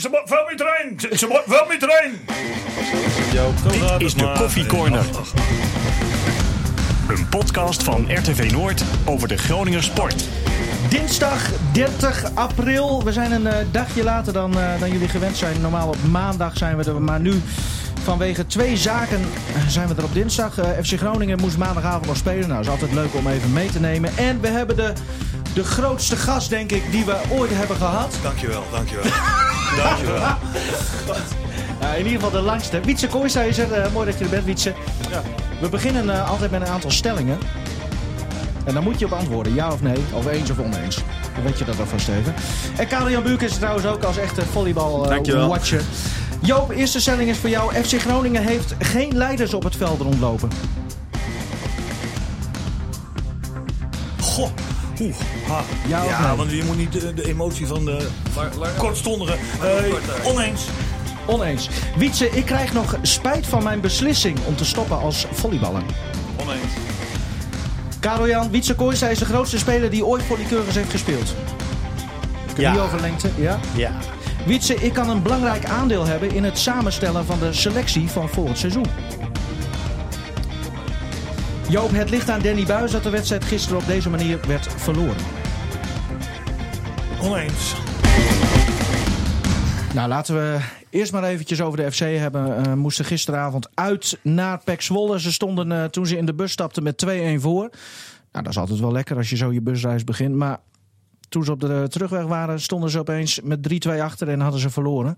Ze moet veel meer trainen. Ze moet veel meer trainen. Dit is de Koffie Corner. Een podcast van RTV Noord over de Groninger sport. Dinsdag 30 april. We zijn een dagje later dan jullie gewend zijn. Normaal op maandag zijn we er, maar nu vanwege twee zaken zijn we er op dinsdag. FC Groningen moest maandagavond nog spelen. Nou, is altijd leuk om even mee te nemen. En we hebben de grootste gast, denk ik, die we ooit hebben gehad. Dankjewel. In ieder geval de langste. Wietse Kooijseizer, mooi dat je er bent, Wietse. Ja. We beginnen altijd met een aantal stellingen. En dan moet je op antwoorden, ja of nee, of eens of oneens. Dan weet je dat alvast even. En Karel-Jan Buurk is er trouwens ook als echte volleybal-watcher. Joop, eerste stelling is voor jou. FC Groningen heeft geen leiders op het veld rondlopen. Goh. Ja, want je moet niet de emotie van de kortstondige... Oneens. Wietse, ik krijg nog spijt van mijn beslissing om te stoppen als volleyballer. Oneens. Karel-Jan, Wietse Kooijseizer is de grootste speler die ooit voor Lycurgus heeft gespeeld. Niet over lengte, ja? Ja. Wietse, ik kan een belangrijk aandeel hebben in het samenstellen van de selectie van volgend seizoen. Joop, het ligt aan Danny Buijs dat de wedstrijd gisteren op deze manier werd verloren. Oneens. Nou, laten we eerst maar eventjes over de FC hebben. Moesten gisteravond uit naar PEC Zwolle. Ze stonden toen ze in de bus stapten met 2-1 voor. Nou, dat is altijd wel lekker als je zo je busreis begint. Maar toen ze op de terugweg waren, stonden ze opeens met 3-2 achter en hadden ze verloren.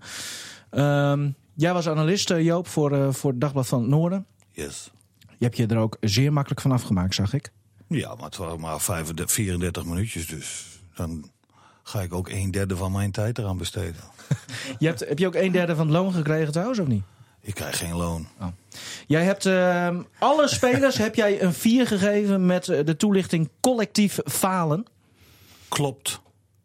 Jij was analist, Joop, voor het Dagblad van het Noorden. Yes. Je hebt je er ook zeer makkelijk van afgemaakt, zag ik. Ja, maar het waren maar 34 minuutjes, dus dan ga ik ook 1/3 van mijn tijd eraan besteden. Heb je ook 1/3 van het loon gekregen trouwens, of niet? Ik krijg geen loon. Oh. Jij hebt alle spelers heb jij een 4 gegeven met de toelichting collectief falen. Klopt.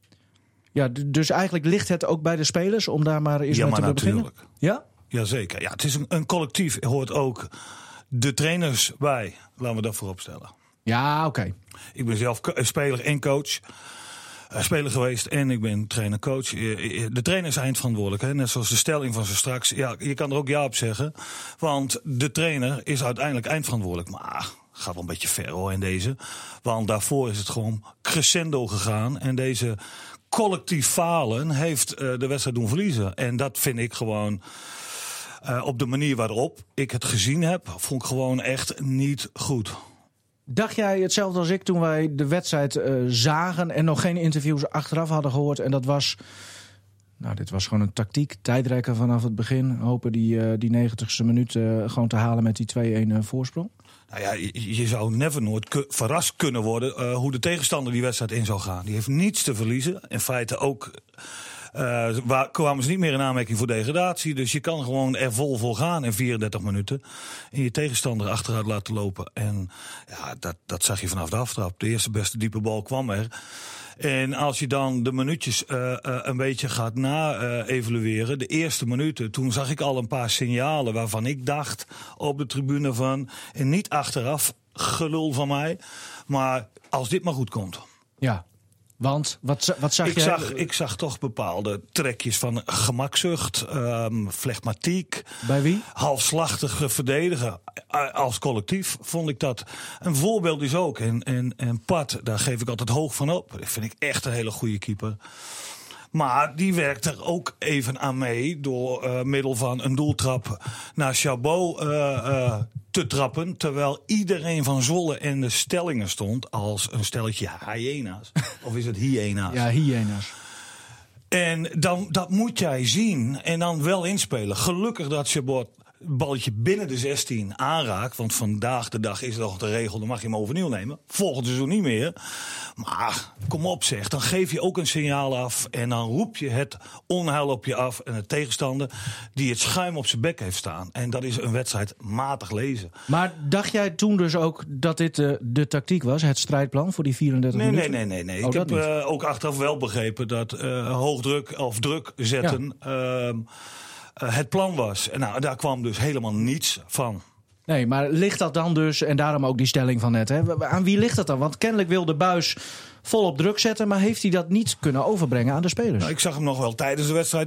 Ja, dus eigenlijk ligt het ook bij de spelers om daar maar eens mee te beginnen? Ja? Jazeker. Ja, het is een collectief. Er hoort ook de trainers bij. Laten we dat voorop stellen. Ja, oké. Ik ben zelf speler en coach. Speler geweest en ik ben trainer-coach. De trainer is eindverantwoordelijk. Hè? Net zoals de stelling van zo straks. Ja, je kan er ook ja op zeggen. Want de trainer is uiteindelijk eindverantwoordelijk. Maar gaat wel een beetje ver hoor in deze. Want daarvoor is het gewoon crescendo gegaan. En deze collectief falen heeft de wedstrijd doen verliezen. En dat vind ik gewoon... op de manier waarop ik het gezien heb, vond ik gewoon echt niet goed. Dacht jij hetzelfde als ik toen wij de wedstrijd zagen en nog geen interviews achteraf hadden gehoord? En dat was, dit was gewoon een tactiek. Tijdrekken vanaf het begin. Hopen die 90ste minuut gewoon te halen met die 2-1 voorsprong. Nou ja, je zou never nooit verrast kunnen worden hoe de tegenstander die wedstrijd in zou gaan. Die heeft niets te verliezen. In feite ook... kwamen ze niet meer in aanmerking voor degradatie. Dus je kan gewoon er vol voor gaan in 34 minuten. En je tegenstander achteruit laten lopen. En ja, dat zag je vanaf de aftrap. De eerste beste diepe bal kwam er. En als je dan de minuutjes een beetje gaat na-evalueren. De eerste minuten, toen zag ik al een paar signalen waarvan ik dacht op de tribune van... En niet achteraf gelul van mij. Maar als dit maar goed komt. Ja. Want, wat zag jij? Ik zag toch bepaalde trekjes van gemakzucht, flegmatiek. Bij wie? Halfslachtig verdedigen. Als collectief vond ik dat. Een voorbeeld is ook, en Pat, daar geef ik altijd hoog van op. Dat vind ik echt een hele goede keeper. Maar die werkt er ook even aan mee door middel van een doeltrap naar Chabot te trappen. Terwijl iedereen van Zwolle in de stellingen stond als een stelletje hyena's. Of is het hyena's? Ja, hyena's. En dat moet jij zien en dan wel inspelen. Gelukkig dat Chabot balletje binnen de 16 aanraakt. Want vandaag de dag is het nog de regel, dan mag je hem overnieuw nemen. Volgend seizoen niet meer. Maar kom op zeg, dan geef je ook een signaal af. En dan roep je het onheil op je af. En de tegenstander die het schuim op zijn bek heeft staan. En dat is een wedstrijd matig lezen. Maar dacht jij toen dus ook dat dit de tactiek was? Het strijdplan voor die 34 minuten? Nee. Ik heb ook achteraf wel begrepen dat hoogdruk of druk zetten... Ja. Het plan was. En daar kwam dus helemaal niets van. Nee, maar ligt dat dan dus, en daarom ook die stelling van net, hè? Aan wie ligt dat dan? Want kennelijk wilde Buijs volop druk zetten, maar heeft hij dat niet kunnen overbrengen aan de spelers? Nou, ik zag hem nog wel tijdens de wedstrijd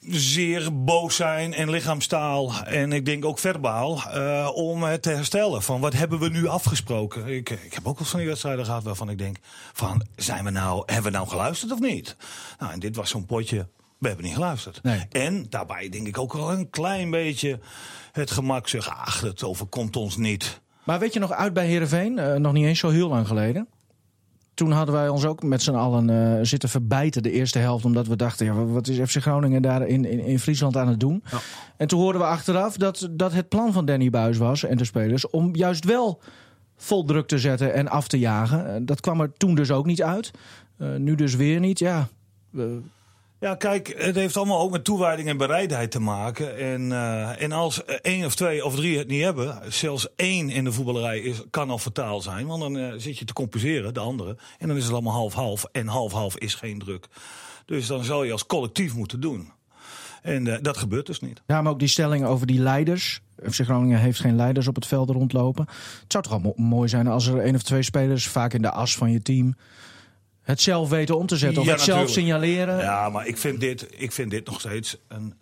zeer boos zijn en lichaamstaal en ik denk ook verbaal om het te herstellen. Van wat hebben we nu afgesproken? Ik heb ook wel van die wedstrijden gehad waarvan ik denk van hebben we nou geluisterd of niet? Nou, en dit was zo'n potje. We hebben niet geluisterd. Nee. En daarbij denk ik ook wel een klein beetje het gemak zeggen, het overkomt ons niet. Maar weet je nog, uit bij Heerenveen, nog niet eens zo heel lang geleden. Toen hadden wij ons ook met z'n allen zitten verbijten de eerste helft. Omdat we dachten, wat is FC Groningen daar in Friesland aan het doen? Ja. En toen hoorden we achteraf dat het plan van Danny Buijs was en de spelers om juist wel vol druk te zetten en af te jagen. Dat kwam er toen dus ook niet uit. Nu dus weer niet, ja. Ja, kijk, het heeft allemaal ook met toewijding en bereidheid te maken. En als 1 of 2 of 3 het niet hebben, zelfs 1 in de voetballerij kan al fataal zijn. Want dan zit je te compenseren, de andere. En dan is het allemaal half-half. En half-half is geen druk. Dus dan zou je als collectief moeten doen. En dat gebeurt dus niet. Ja, maar ook die stelling over die leiders. FC Groningen heeft geen leiders op het veld rondlopen. Het zou toch wel mooi zijn als er 1 of 2 spelers, vaak in de as van je team, het zelf weten om te zetten of het zelf signaleren. Ja, maar ik vind dit nog steeds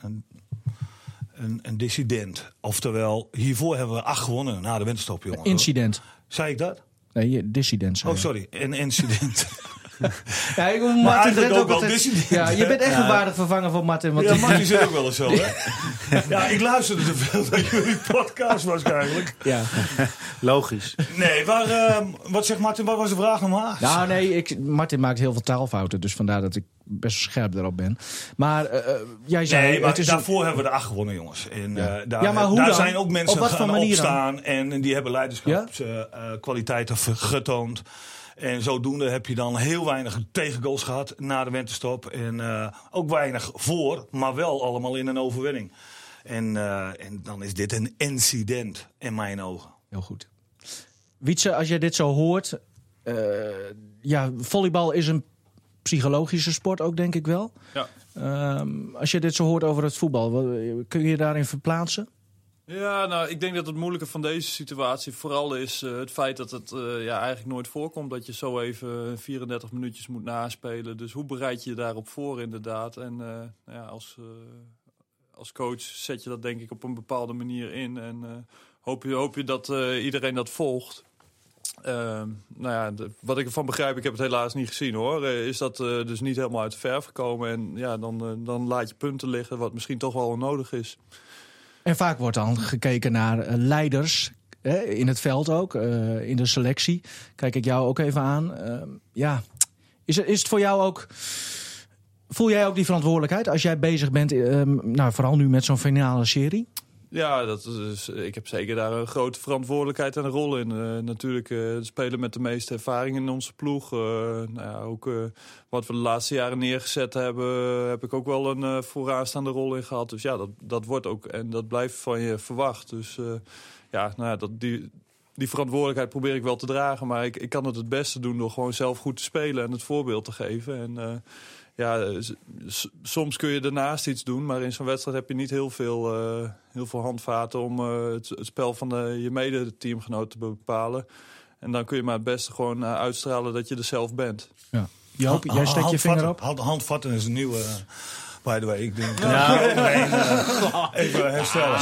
een dissident. Oftewel, hiervoor hebben we 8 gewonnen na de winterstop, jongen. Incident. Zei ik dat? Nee, dissident. Oh, sorry. Een incident. Ja, ook wel dissident. Ja, je bent echt een waardig vervanger van Martin. Want Martin zit ook wel eens zo, hè? Ja, ik luisterde te veel naar jullie podcast waarschijnlijk. Ja, logisch. Nee, wat zegt Martin? Wat was de vraag normaal? Nou, nee, Martin maakt heel veel taalfouten. Dus vandaar dat ik best scherp erop ben. Maar jij zei... Nee, maar daarvoor hebben we de 8 gewonnen, jongens. En maar hoe daar dan? zijn ook mensen gaan opstaan. Dan? En die hebben leiderschapskwaliteiten getoond. En zodoende heb je dan heel weinig tegengoals gehad na de winterstop. En ook weinig voor, maar wel allemaal in een overwinning. En dan is dit een incident in mijn ogen. Heel goed. Wietse, als jij dit zo hoort... volleybal is een psychologische sport ook, denk ik wel. Ja. Als je dit zo hoort over het voetbal, kun je je daarin verplaatsen? Ja, nou, ik denk dat het moeilijke van deze situatie vooral is het feit dat het eigenlijk nooit voorkomt dat je zo even 34 minuutjes moet naspelen. Dus hoe bereid je je daarop voor inderdaad? En als coach zet je dat denk ik op een bepaalde manier in en hoop je dat iedereen dat volgt. Wat ik ervan begrijp, ik heb het helaas niet gezien hoor, is dat dus niet helemaal uit de verf gekomen. En ja, dan laat je punten liggen, wat misschien toch wel onnodig is. En vaak wordt dan gekeken naar leiders, in het veld ook, in de selectie. Kijk ik jou ook even aan. Is het voor jou ook... Voel jij ook die verantwoordelijkheid als jij bezig bent, vooral nu met zo'n finale serie? Ja, ik heb zeker daar een grote verantwoordelijkheid en een rol in. Natuurlijk de speler met de meeste ervaring in onze ploeg. Ook wat we de laatste jaren neergezet hebben, heb ik ook wel een vooraanstaande rol in gehad. Dus ja, dat wordt ook en dat blijft van je verwacht. Dus die verantwoordelijkheid probeer ik wel te dragen. Maar ik kan het beste doen door gewoon zelf goed te spelen en het voorbeeld te geven. En soms kun je daarnaast iets doen, maar in zo'n wedstrijd heb je niet heel veel handvaten om het spel van je mede-teamgenoot te bepalen. En dan kun je maar het beste gewoon uitstralen dat je er zelf bent. Ja. Joop, jij steekt je vinger op. Handvatten is een nieuwe... By the way, ik denk even herstellen.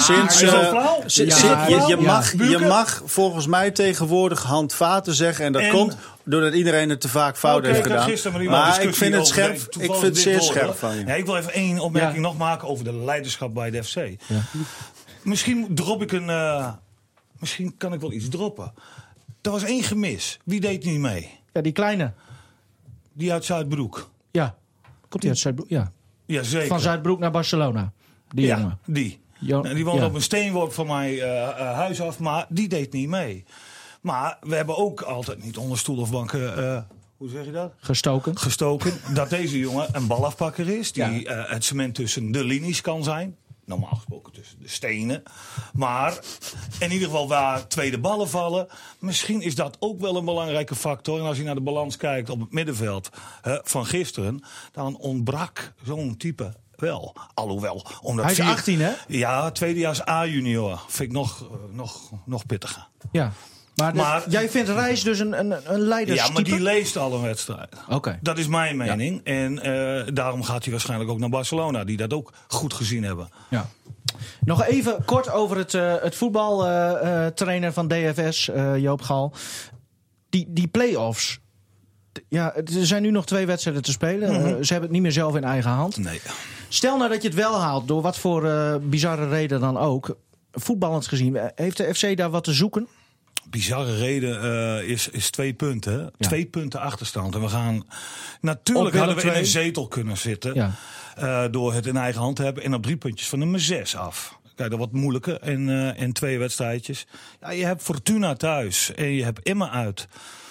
Je mag volgens mij tegenwoordig handvaten zeggen. En dat komt doordat iedereen het te vaak fout heeft gedaan. Maar ik vind het scherp. Ik vind het zeer scherp van je. Ja, ik wil even 1 opmerking nog maken over de leiderschap bij de FC. Ja. Misschien kan ik wel iets droppen. Er was 1 gemis. Wie deed niet mee? Ja, die kleine. Die uit Zuidbroek. Ja. Komt die uit Zuidbroek? Ja. Ja, zeker. Van Zuidbroek naar Barcelona. Die jongen. Die woonde op een steenworp van mijn huis af, maar die deed niet mee. Maar we hebben ook altijd niet onder stoel of banken... hoe zeg je dat? Gestoken. Dat deze jongen een balafpakker is. Die het cement tussen de linies kan zijn. Normaal gesproken tussen de stenen. Maar in ieder geval waar tweede ballen vallen. Misschien is dat ook wel een belangrijke factor. En als je naar de balans kijkt op het middenveld van gisteren. Dan ontbrak zo'n type wel. Alhoewel. Omdat hij is 18 hè? Ja, tweedejaars A-junior. Vind ik nog pittiger. Ja. Maar jij vindt Reis dus een leiderstype? Ja, maar die leest al een wedstrijd. Okay. Dat is mijn mening. Ja. En daarom gaat hij waarschijnlijk ook naar Barcelona, die dat ook goed gezien hebben. Ja. Nog even kort over het voetbaltrainer van DFS, Joop Gal. Die play-offs. Ja, er zijn nu nog 2 wedstrijden te spelen. Ze hebben het niet meer zelf in eigen hand. Nee. Stel nou dat je het wel haalt, door wat voor bizarre reden dan ook. Voetballend gezien, heeft de FC daar wat te zoeken? Bizarre reden is 2 punten. Hè? Ja. 2 punten achterstand. En we gaan... Natuurlijk hadden we in een zetel kunnen zitten. Ja. Door het in eigen hand te hebben. En op 3 puntjes van nummer 6 af. Kijk, dat wordt moeilijker. En 2 wedstrijdjes. Ja, je hebt Fortuna thuis. En je hebt Emmen uit.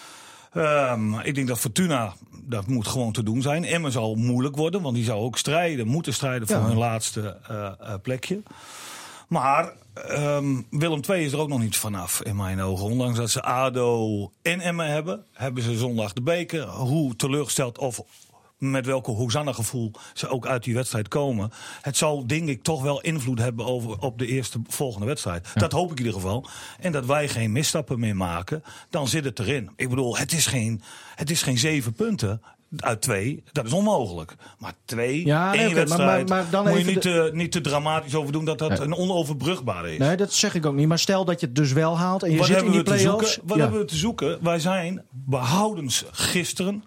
Ik denk dat Fortuna, dat moet gewoon te doen zijn. Emmen zal moeilijk worden. Want die zou ook moeten strijden voor hun laatste plekje. Maar Willem II is er ook nog niet vanaf, in mijn ogen. Ondanks dat ze ADO en Emmen hebben ze zondag de beker. Hoe teleurgesteld of met welke Hosanna-gevoel ze ook uit die wedstrijd komen. Het zal, denk ik, toch wel invloed hebben op de eerste volgende wedstrijd. Ja. Dat hoop ik in ieder geval. En dat wij geen misstappen meer maken, dan zit het erin. Ik bedoel, het is geen 7 punten. Uit 2, dat is onmogelijk. Maar 2, één wedstrijd, maar dan moet je niet te dramatisch over doen dat een onoverbrugbare is. Nee, dat zeg ik ook niet. Maar stel dat je het dus wel haalt en je zit in die play-offs. Wat hebben we te zoeken? Wij zijn behoudens gisteren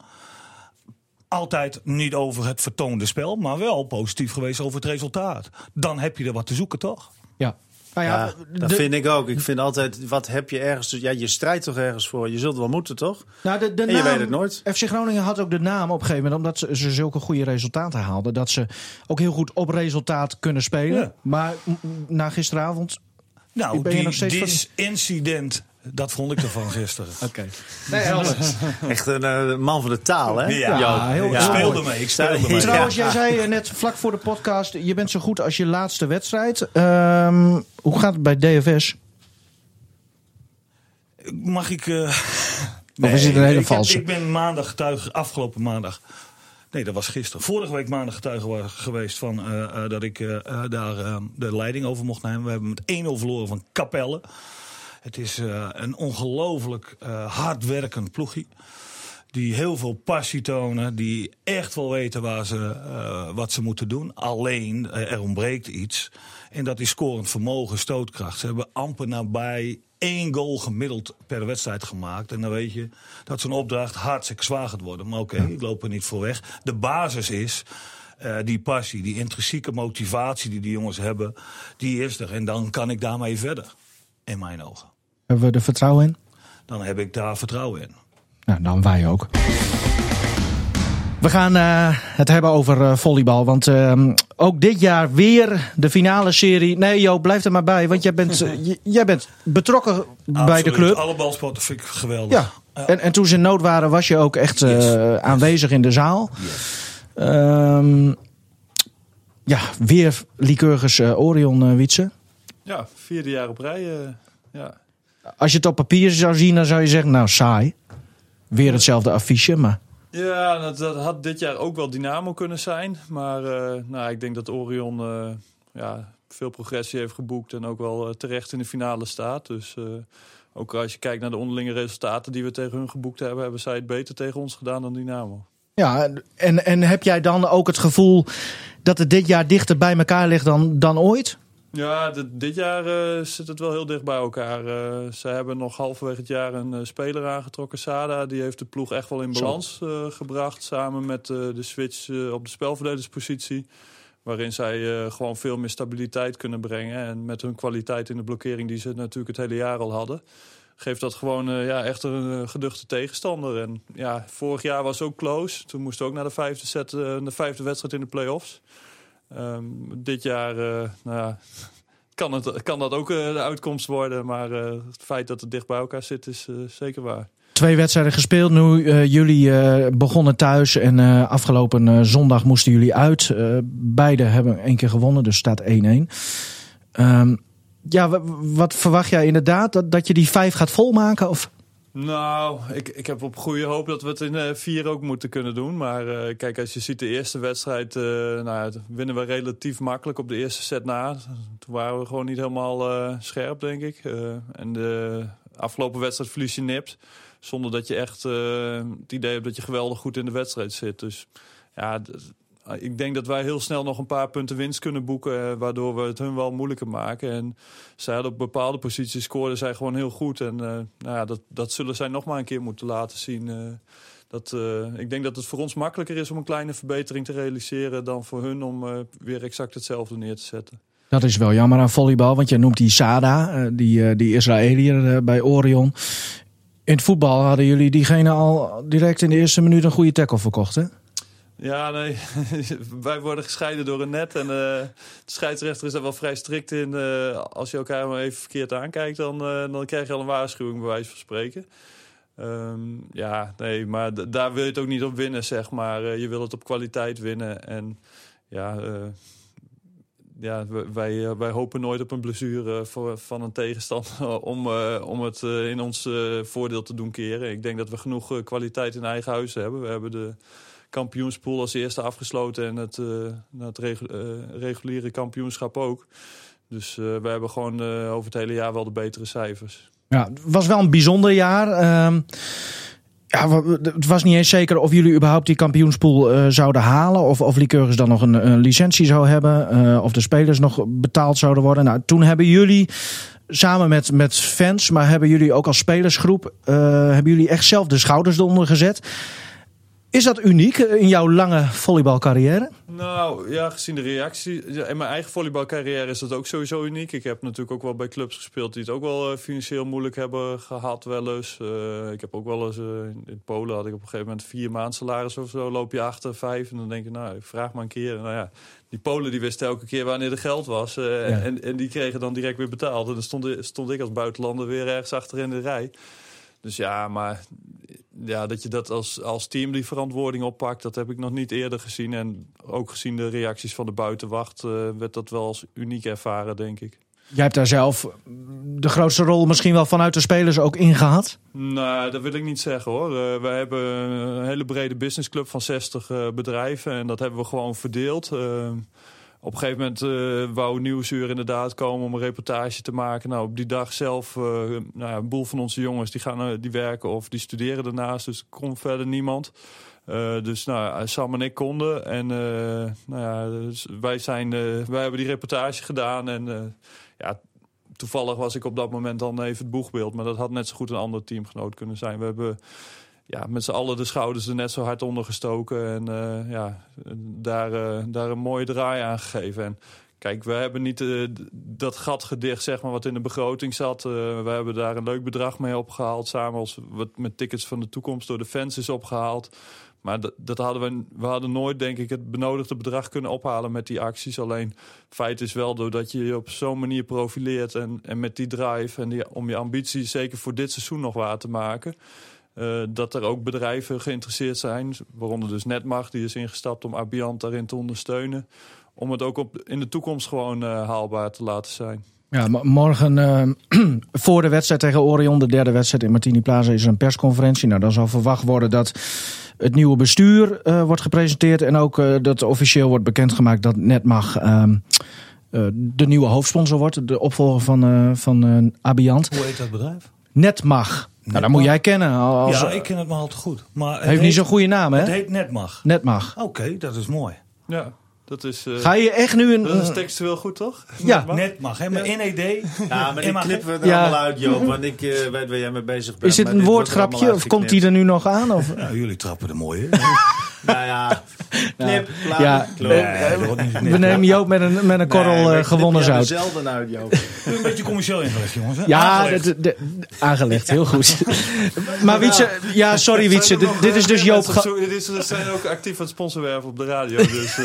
altijd niet over het vertoonde spel, maar wel positief geweest over het resultaat. Dan heb je er wat te zoeken, toch? Ja. Nou ja, dat vind ik ook. Ik vind altijd, wat heb je ergens... Ja, je strijdt toch ergens voor. Je zult wel moeten, toch? Nou, en je weet het nooit. FC Groningen had ook de naam op een gegeven moment, omdat ze zulke goede resultaten haalden. Dat ze ook heel goed op resultaat kunnen spelen. Ja. Maar na gisteravond... Nou, ben je nog steeds incident... Dat vond ik ervan gisteren. Oké. Nee, echt een man van de taal, hè? Ja, ik speelde mee. Trouwens, jij zei net vlak voor de podcast, je bent zo goed als je laatste wedstrijd. Hoe gaat het bij DFS? Mag ik... Of is het een hele valse? Ik ben maandag getuige, afgelopen maandag... Nee, dat was gisteren. Vorige week maandag getuige geweest van dat ik daar de leiding over mocht nemen. We hebben met 1-0 verloren van Capelle. Het is een ongelooflijk hardwerkend ploegie. Die heel veel passie tonen. Die echt wel weten wat ze moeten doen. Alleen, er ontbreekt iets. En dat is scorend vermogen, stootkracht. Ze hebben amper nabij 1 goal gemiddeld per wedstrijd gemaakt. En dan weet je dat zo'n opdracht hartstikke zwaar gaat worden. Maar oké, ik loop er niet voor weg. De basis is... die passie, die intrinsieke motivatie die jongens hebben, die is er. En dan kan ik daarmee verder, in mijn ogen. Hebben we er vertrouwen in? Dan heb ik daar vertrouwen in. Nou, dan wij ook. We gaan het hebben over volleybal. Want ook dit jaar weer de finale serie. Nee, Joop, blijf er maar bij. Want jij bent betrokken bij de club. Alle balsporten vind ik geweldig. Ja. En toen ze in nood waren, was je ook echt aanwezig in de zaal. Yes. Weer Lycurgus Orion, Wietse. Ja, 4e jaar op rij. Ja. Als je het op papier zou zien, dan zou je zeggen, nou saai. Weer hetzelfde affiche, maar... Ja, dat had dit jaar ook wel Dynamo kunnen zijn. Maar ik denk dat Orion veel progressie heeft geboekt en ook wel terecht in de finale staat. Dus ook als je kijkt naar de onderlinge resultaten die we tegen hun geboekt hebben, hebben zij het beter tegen ons gedaan dan Dynamo. Ja, en heb jij dan ook het gevoel dat het dit jaar dichter bij elkaar ligt dan ooit? Ja, dit jaar zit het wel heel dicht bij elkaar. Ze hebben nog halverwege het jaar een speler aangetrokken, Sada. Die heeft de ploeg echt wel in balans gebracht. Samen met de switch op de spelverdelerpositie. Waarin zij gewoon veel meer stabiliteit kunnen brengen. En met hun kwaliteit in de blokkering die ze natuurlijk het hele jaar al hadden. Geeft dat gewoon echt een geduchte tegenstander. En ja, vorig jaar was ook close. Toen moesten we ook naar de 5e set, de 5e wedstrijd in de play-offs. Dit jaar kan dat ook de uitkomst worden. Maar het feit dat het dicht bij elkaar zit is zeker waar. 2 wedstrijden gespeeld. Nu jullie begonnen thuis en afgelopen zondag moesten jullie uit. Beide hebben 1 keer gewonnen, dus staat 1-1. Wat verwacht jij inderdaad? Dat je die 5 gaat volmaken? Of? Nou, ik heb op goede hoop dat we het in 4 ook moeten kunnen doen. Maar kijk, als je ziet de eerste wedstrijd, winnen we relatief makkelijk op de eerste set na. Toen waren we gewoon niet helemaal scherp, denk ik. En de afgelopen wedstrijd verlies je nipt. Zonder dat je echt het idee hebt dat je geweldig goed in de wedstrijd zit. Dus ja, ik denk dat wij heel snel nog een paar punten winst kunnen boeken. Waardoor we het hun wel moeilijker maken. En zij hadden op bepaalde posities scoorden zij gewoon heel goed. En dat zullen zij nog maar een keer moeten laten zien. Ik denk dat het voor ons makkelijker is om een kleine verbetering te realiseren dan voor hun om weer exact hetzelfde neer te zetten. Dat is wel jammer aan volleybal, want je noemt die Sada, die Israëliër bij Orion. In het voetbal hadden jullie diegene al direct in de eerste minuut een goede tackle verkocht, hè? Ja, nee. Wij worden gescheiden door een net. En de scheidsrechter is daar wel vrij strikt in. Als je elkaar maar even verkeerd aankijkt, dan krijg je al een waarschuwing, bij wijze van spreken. Maar daar wil je het ook niet op winnen, zeg maar. Je wil het op kwaliteit winnen. En wij hopen nooit op een blessure van een tegenstander om het in ons voordeel te doen keren. Ik denk dat we genoeg kwaliteit in eigen huis hebben. We hebben de kampioenspool als eerste afgesloten en het reguliere kampioenschap ook. Dus we hebben gewoon over het hele jaar wel de betere cijfers. Ja, het was wel een bijzonder jaar. Het was niet eens zeker of jullie überhaupt die kampioenspool zouden halen. Of Lycurgus dan nog een licentie zou hebben. Of de spelers nog betaald zouden worden. Nou, toen hebben jullie samen met fans, maar hebben jullie ook als spelersgroep, hebben jullie echt zelf de schouders eronder gezet. Is dat uniek in jouw lange volleybalcarrière? Nou ja, gezien de reactie. In mijn eigen volleybalcarrière is dat ook sowieso uniek. Ik heb natuurlijk ook wel bij clubs gespeeld die het ook wel financieel moeilijk hebben gehad wel eens. Ik heb ook wel eens, in Polen had ik op een gegeven moment 4 maanden salaris of zo. Loop je achter 5 en dan denk je, nou, ik vraag maar een keer. Nou ja, die Polen die wisten elke keer wanneer er geld was. En die kregen dan direct weer betaald. En dan stond ik als buitenlander weer ergens achter in de rij. Dus ja, maar dat je dat als team die verantwoording oppakt, dat heb ik nog niet eerder gezien. En ook gezien de reacties van de buitenwacht werd dat wel als uniek ervaren, denk ik. Jij hebt daar zelf de grootste rol misschien wel vanuit de spelers ook in gehad? Nou, dat wil ik niet zeggen hoor. Wij hebben een hele brede businessclub van 60 bedrijven en dat hebben we gewoon verdeeld. Op een gegeven moment wou Nieuwsuur inderdaad komen om een reportage te maken. Nou, op die dag zelf, een boel van onze jongens die werken of die studeren daarnaast. Dus er kon verder niemand. Dus Sam en ik konden. En dus wij hebben die reportage gedaan. En toevallig was ik op dat moment dan even het boegbeeld. Maar dat had net zo goed een ander teamgenoot kunnen zijn. We hebben met z'n allen de schouders er net zo hard onder gestoken. En daar een mooie draai aan gegeven. En kijk, we hebben niet dat gat gedicht, zeg maar, wat in de begroting zat. We hebben daar een leuk bedrag mee opgehaald. Samen als wat met tickets van de toekomst door de fans is opgehaald. Maar we hadden nooit, denk ik, het benodigde bedrag kunnen ophalen met die acties. Alleen feit is wel, doordat je je op zo'n manier profileert en met die drive en om je ambitie zeker voor dit seizoen nog waar te maken, dat er ook bedrijven geïnteresseerd zijn, waaronder dus Netmag, die is ingestapt om Abiant daarin te ondersteunen, om het ook in de toekomst gewoon haalbaar te laten zijn. Ja, morgen voor de wedstrijd tegen Orion, de derde wedstrijd in Martini Plaza, is er een persconferentie. Nou, dan zal verwacht worden dat het nieuwe bestuur wordt gepresenteerd en ook dat officieel wordt bekendgemaakt dat Netmag de nieuwe hoofdsponsor wordt, de opvolger van Abiant. Hoe heet dat bedrijf? Netmag. Nou, dat moet jij kennen. Ja, ik ken het maar al te goed. Maar heeft niet zo'n goede naam, hè? Het heet Netmag. Netmag. Oké, dat is mooi. Ja. Dat is, ga je echt nu dat is textueel goed, toch? Ja. Netmag, hè? Maar NED. Ja, maar die knippen we er allemaal uit, Joop. Want ik weet waar jij mee bezig bent. Is dit een woordgrapje of komt die er nu nog aan? Of? Ja, jullie trappen er mooi in. Nou ja, knip, klaar. Ja, we nemen Joop met een korrel gewonnen zout. Zelden uit, Joop. Een beetje commercieel ingelegd, jongens. Hè? Ja, aangelegd, heel goed. Maar Wietse, ja, sorry Wietse, dit is dus Joop. Ze zijn ook actief aan het sponsorwerven op de radio, dus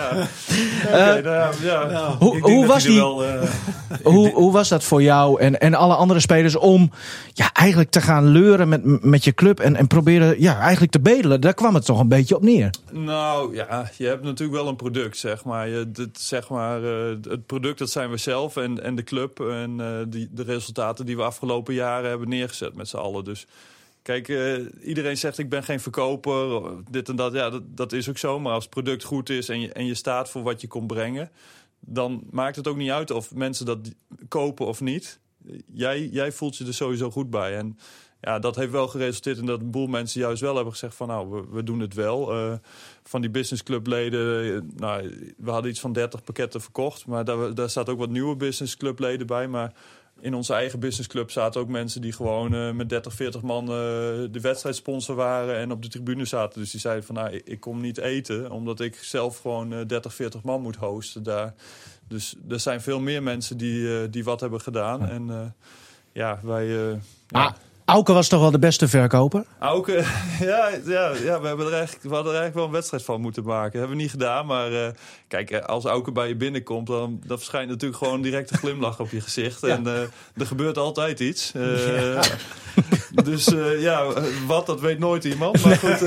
Hoe was dat voor jou en alle andere spelers om eigenlijk te gaan leuren met je club en proberen eigenlijk te bedelen? Daar kwam het toch een beetje op neer. Nou ja, je hebt natuurlijk wel een product, zeg maar. Het product, dat zijn we zelf en de club en de resultaten die we afgelopen jaren hebben neergezet met z'n allen. Dus kijk, iedereen zegt ik ben geen verkoper, dit en dat. Ja, dat is ook zo. Maar als het product goed is en je staat voor wat je komt brengen, dan maakt het ook niet uit of mensen dat kopen of niet. jij voelt je er sowieso goed bij. En ja, dat heeft wel geresulteerd in dat een boel mensen juist wel hebben gezegd van nou, we doen het wel. Van die businessclubleden, we hadden iets van 30 pakketten verkocht. Maar daar staat ook wat nieuwe businessclubleden bij. Maar in onze eigen businessclub zaten ook mensen die gewoon met 30, 40 man de wedstrijdsponsor waren en op de tribune zaten. Dus die zeiden van nou, ik kom niet eten, omdat ik zelf gewoon 30, 40 man moet hosten daar. Dus er zijn veel meer mensen die wat hebben gedaan. En wij... Auke was toch wel de beste verkoper? Auke, ja, we hadden er eigenlijk wel een wedstrijd van moeten maken. Dat hebben we niet gedaan, maar kijk, als Auke bij je binnenkomt, dan verschijnt natuurlijk gewoon direct een glimlach op je gezicht. Ja. En er gebeurt altijd iets. Dus dat weet nooit iemand. Maar goed,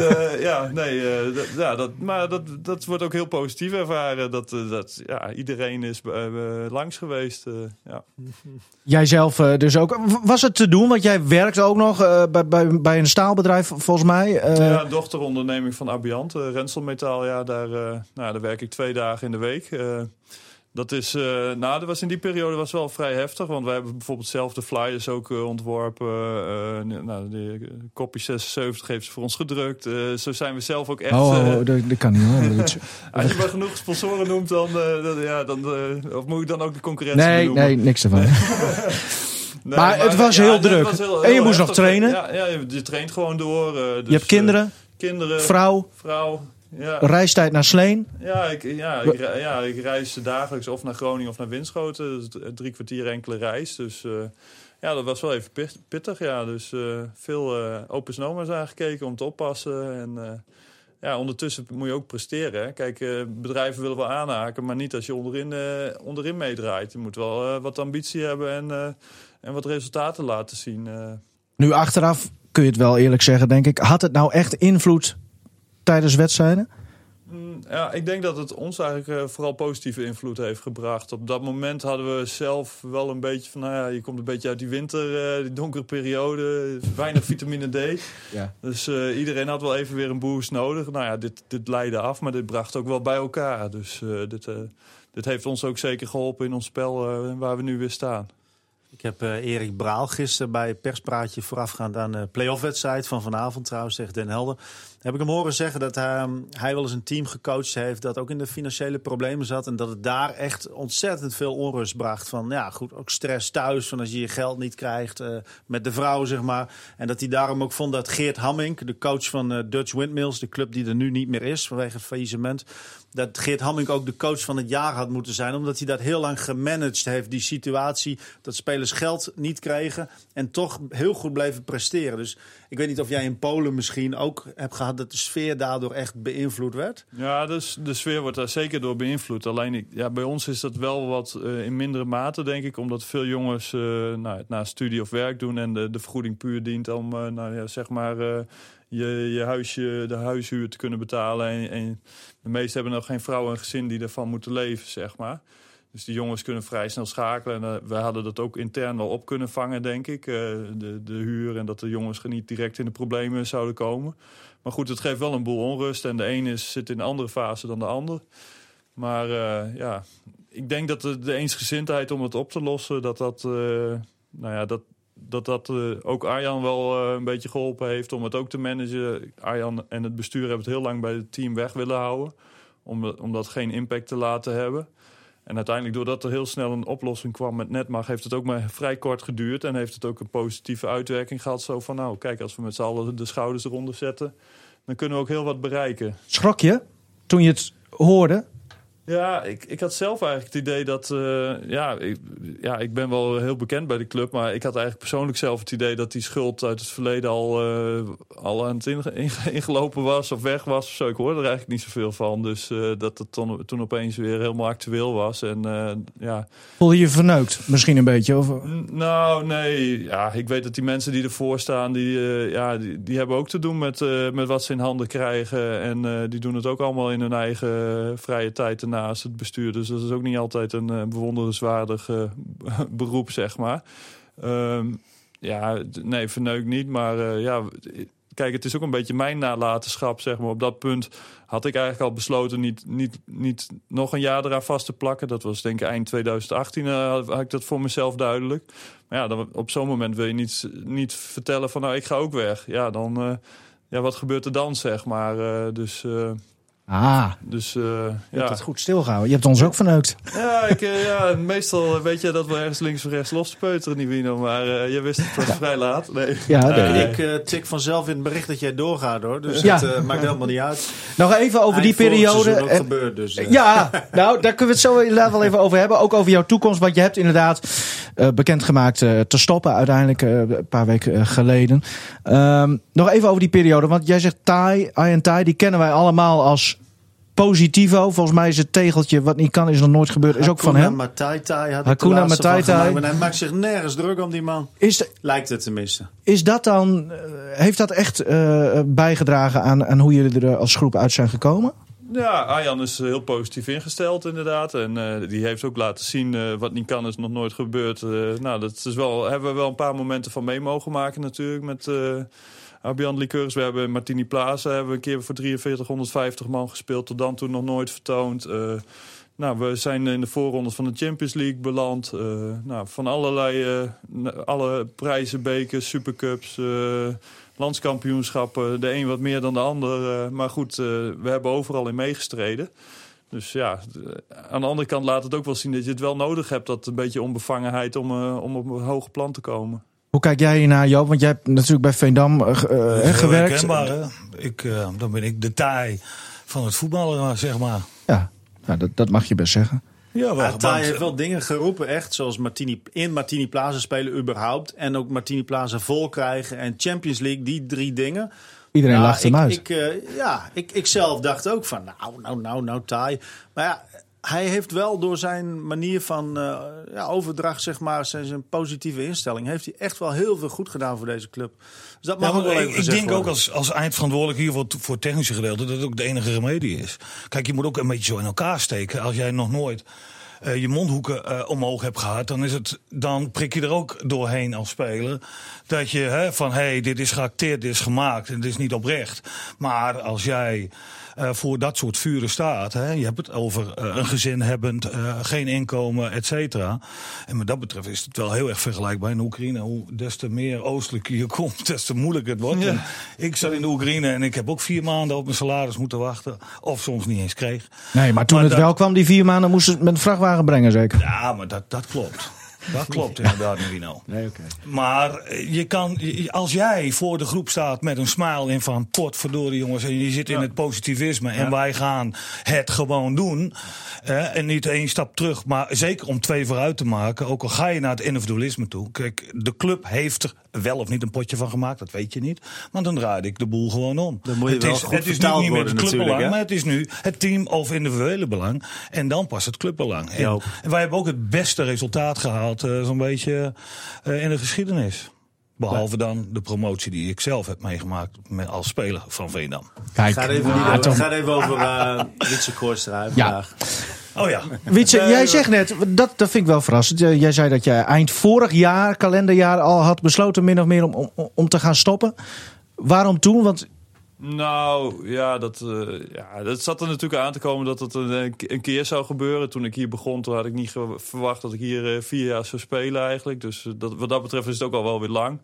dat wordt ook heel positief ervaren. Dat iedereen is langs geweest. Jijzelf dus ook. Was het te doen? Want jij werkt ook nog bij een staalbedrijf, volgens mij. Ja, dochteronderneming van Abiant, Renselmetaal. Ja, daar werk ik 2 dagen in de week. Dat is, dat was in die periode wel vrij heftig. Want wij hebben bijvoorbeeld zelf de flyers ook ontworpen. De kopie 76 heeft ze voor ons gedrukt. Zo zijn we zelf ook echt... dat kan niet hoor. Als je maar genoeg sponsoren noemt, of moet ik dan ook de concurrentie noemen? Nee, niks ervan. Maar het was heel druk. En je moest nog trainen. Ja, je traint gewoon door. Dus, je hebt kinderen, vrouw. Ja. Reistijd naar Sleen? Ik reis dagelijks of naar Groningen of naar Winschoten. Dus 3 kwartier enkele reis. Dus dat was wel even pittig. Ja. Dus veel open snowma's aangekeken om te oppassen. En ondertussen moet je ook presteren. Hè. Kijk, bedrijven willen wel aanhaken, maar niet als je onderin meedraait. Je moet wel wat ambitie hebben en wat resultaten laten zien. Nu achteraf kun je het wel eerlijk zeggen, denk ik. Had het nou echt invloed tijdens wedstrijden? Ja, ik denk dat het ons eigenlijk vooral positieve invloed heeft gebracht. Op dat moment hadden we zelf wel een beetje van... je komt een beetje uit die winter, die donkere periode. Weinig vitamine D. Ja. Dus iedereen had wel even weer een boost nodig. Nou ja, dit leidde af, maar dit bracht ook wel bij elkaar. Dus dit heeft ons ook zeker geholpen in ons spel waar we nu weer staan. Ik heb Erik Braal gisteren bij het perspraatje voorafgaand aan de playoff-wedstrijd van vanavond trouwens tegen Den Helder. Heb ik hem horen zeggen dat hij wel eens een team gecoacht heeft dat ook in de financiële problemen zat. En dat het daar echt ontzettend veel onrust bracht. Van ook stress thuis van als je je geld niet krijgt met de vrouw, zeg maar. En dat hij daarom ook vond dat Geert Hamming, de coach van Dutch Windmills, de club die er nu niet meer is vanwege het faillissement, dat Geert Hamming ook de coach van het jaar had moeten zijn. Omdat hij dat heel lang gemanaged heeft, die situatie dat spelers geld niet kregen en toch heel goed bleven presteren. Dus ik weet niet of jij in Polen misschien ook hebt gehad dat de sfeer daardoor echt beïnvloed werd? Ja, dus de sfeer wordt daar zeker door beïnvloed. Alleen bij ons is dat wel wat in mindere mate, denk ik. Omdat veel jongens na studie of werk doen en de vergoeding puur dient om de huishuur te kunnen betalen. En de meesten hebben nog geen vrouw en gezin die ervan moeten leven, zeg maar. Dus die jongens kunnen vrij snel schakelen. En wij hadden dat ook intern wel op kunnen vangen, denk ik. De huur en dat de jongens niet direct in de problemen zouden komen. Maar goed, het geeft wel een boel onrust. En de ene zit in een andere fase dan de ander. Maar ik denk dat de eensgezindheid om het op te lossen, dat ook Arjan wel een beetje geholpen heeft om het ook te managen. Arjan en het bestuur hebben het heel lang bij het team weg willen houden. Om dat geen impact te laten hebben. En uiteindelijk, doordat er heel snel een oplossing kwam met Netmag, heeft het ook maar vrij kort geduurd. En heeft het ook een positieve uitwerking gehad. Zo van, kijk, als we met z'n allen de schouders eronder zetten, dan kunnen we ook heel wat bereiken. Schrok je toen je het hoorde? Ja, ik had zelf eigenlijk het idee dat... ik ben wel heel bekend bij de club, maar ik had eigenlijk persoonlijk zelf het idee dat die schuld uit het verleden al aan het ingelopen was of weg was. Of zo. Ik hoorde er eigenlijk niet zoveel van. Dus dat het toen opeens weer helemaal actueel was. Voel je je verneukt misschien een beetje? Of? Nou, nee. Ja, ik weet dat die mensen die ervoor staan, die hebben ook te doen met wat ze in handen krijgen. En die doen het ook allemaal in hun eigen vrije tijd naast het bestuur. Dus dat is ook niet altijd een bewonderenswaardig beroep, zeg maar. Verneukt niet. Maar kijk, het is ook een beetje mijn nalatenschap, zeg maar. Op dat punt had ik eigenlijk al besloten niet nog een jaar eraan vast te plakken. Dat was denk ik eind 2018 had ik dat voor mezelf duidelijk. Maar ja, dan, op zo'n moment wil je niet vertellen van, nou, ik ga ook weg. Ja, dan, wat gebeurt er dan, zeg maar. Je hebt het goed stilgehouden. Je hebt ons ook verneukt. Ja, meestal weet je dat we ergens links of rechts los te peuteren, Nivino. Maar je wist het pas vrij laat. Nee. Ik tik vanzelf in het bericht dat jij doorgaat, hoor. Dus het maakt helemaal niet uit. Nog even over die periode. Ook gebeurd, dus, Ja, nou, daar kunnen we het zo inderdaad wel even over hebben. Ook over jouw toekomst. Want je hebt inderdaad bekendgemaakt te stoppen uiteindelijk een paar weken geleden. Nog even over die periode. Want jij zegt Ian Thai, die kennen wij allemaal als positivo. Volgens mij is het tegeltje wat niet kan, is nog nooit gebeurd. Is ook van hem. Hakuna Matata. Maar hij maakt zich nergens druk om die man. Lijkt het tenminste. Is dat dan, heeft dat echt bijgedragen aan hoe jullie er als groep uit zijn gekomen? Ja, Arjan is heel positief ingesteld inderdaad. En die heeft ook laten zien wat niet kan is nog nooit gebeurd. Dat is hebben we wel een paar momenten van mee mogen maken natuurlijk met Abian Liqueurs. We hebben Martini Plaza een keer voor 4350 man gespeeld. Tot dan toe nog nooit vertoond. We zijn in de voorronde van de Champions League beland. Van alle prijzen, bekers, supercups, landskampioenschappen. De een wat meer dan de ander. Maar goed, we hebben overal in meegestreden. Dus ja, aan de andere kant laat het ook wel zien dat je het wel nodig hebt. Dat een beetje onbevangenheid om op een hoger plan te komen. Hoe kijk jij hiernaar, Joop? Want jij hebt natuurlijk bij Veendam gewerkt. Herkenbaar, hè? Dan ben ik de taai van het voetballen, zeg maar. Ja, dat mag je best zeggen. Thai heeft wel dingen geroepen, echt. Zoals Martini Plaza spelen überhaupt. En ook Martini Plaza vol krijgen. En Champions League, die 3 dingen. Iedereen lacht hem uit. Ik zelf dacht ook van, nou, Thai. Maar ja, hij heeft wel door zijn manier van overdracht, zeg maar, zijn positieve instelling, heeft hij echt wel heel veel goed gedaan voor deze club. Dus dat mag ook wel even gezegd Ik denk ook als eindverantwoordelijk hier voor het technische gedeelte dat het ook de enige remedie is. Kijk, je moet ook een beetje zo in elkaar steken. Als jij nog nooit je mondhoeken omhoog hebt gehad, dan prik je er ook doorheen als speler. Dat je van, dit is geacteerd, dit is gemaakt en dit is niet oprecht. Maar als jij voor dat soort vuren staat, je hebt het over een gezin hebbend, geen inkomen, et cetera. En wat dat betreft is het wel heel erg vergelijkbaar in Oekraïne. Hoe des te meer oostelijk je komt, des te moeilijker het wordt. Ja. Ik zat in de Oekraïne en ik heb ook 4 maanden op mijn salaris moeten wachten. Of soms niet eens kreeg. Nee, maar toen het wel kwam, die 4 maanden moesten ze het met een vrachtwagen brengen, zeker? Ja, maar dat klopt. Dat klopt inderdaad, Nivino. Nee, okay. Maar als jij voor de groep staat met een smile in van potverdorie jongens, en je zit in het positivisme en wij gaan het gewoon doen. En niet 1 stap terug, maar zeker om 2 vooruit te maken. Ook al ga je naar het individualisme toe. Kijk, de club heeft er wel of niet een potje van gemaakt, dat weet je niet. Maar dan draaide ik de boel gewoon om. Dan moet je het is nu niet meer het clubbelang, maar het is nu het team of individuele belang. En dan pas het clubbelang. En wij hebben ook het beste resultaat gehaald zo'n beetje in de geschiedenis. Behalve dan de promotie die ik zelf heb meegemaakt als speler van Veendam. Kijk, gaat even over Wietse Kooistra vandaag. Oh ja. Wietse, jij zegt net, dat vind ik wel verrassend. Jij zei dat jij eind vorig jaar, kalenderjaar, al had besloten min of meer om te gaan stoppen. Waarom toen? Want nou, ja, dat zat er natuurlijk aan te komen dat het een keer zou gebeuren. Toen ik hier begon, toen had ik niet verwacht dat ik hier 4 jaar zou spelen eigenlijk. Dus wat dat betreft is het ook al wel weer lang.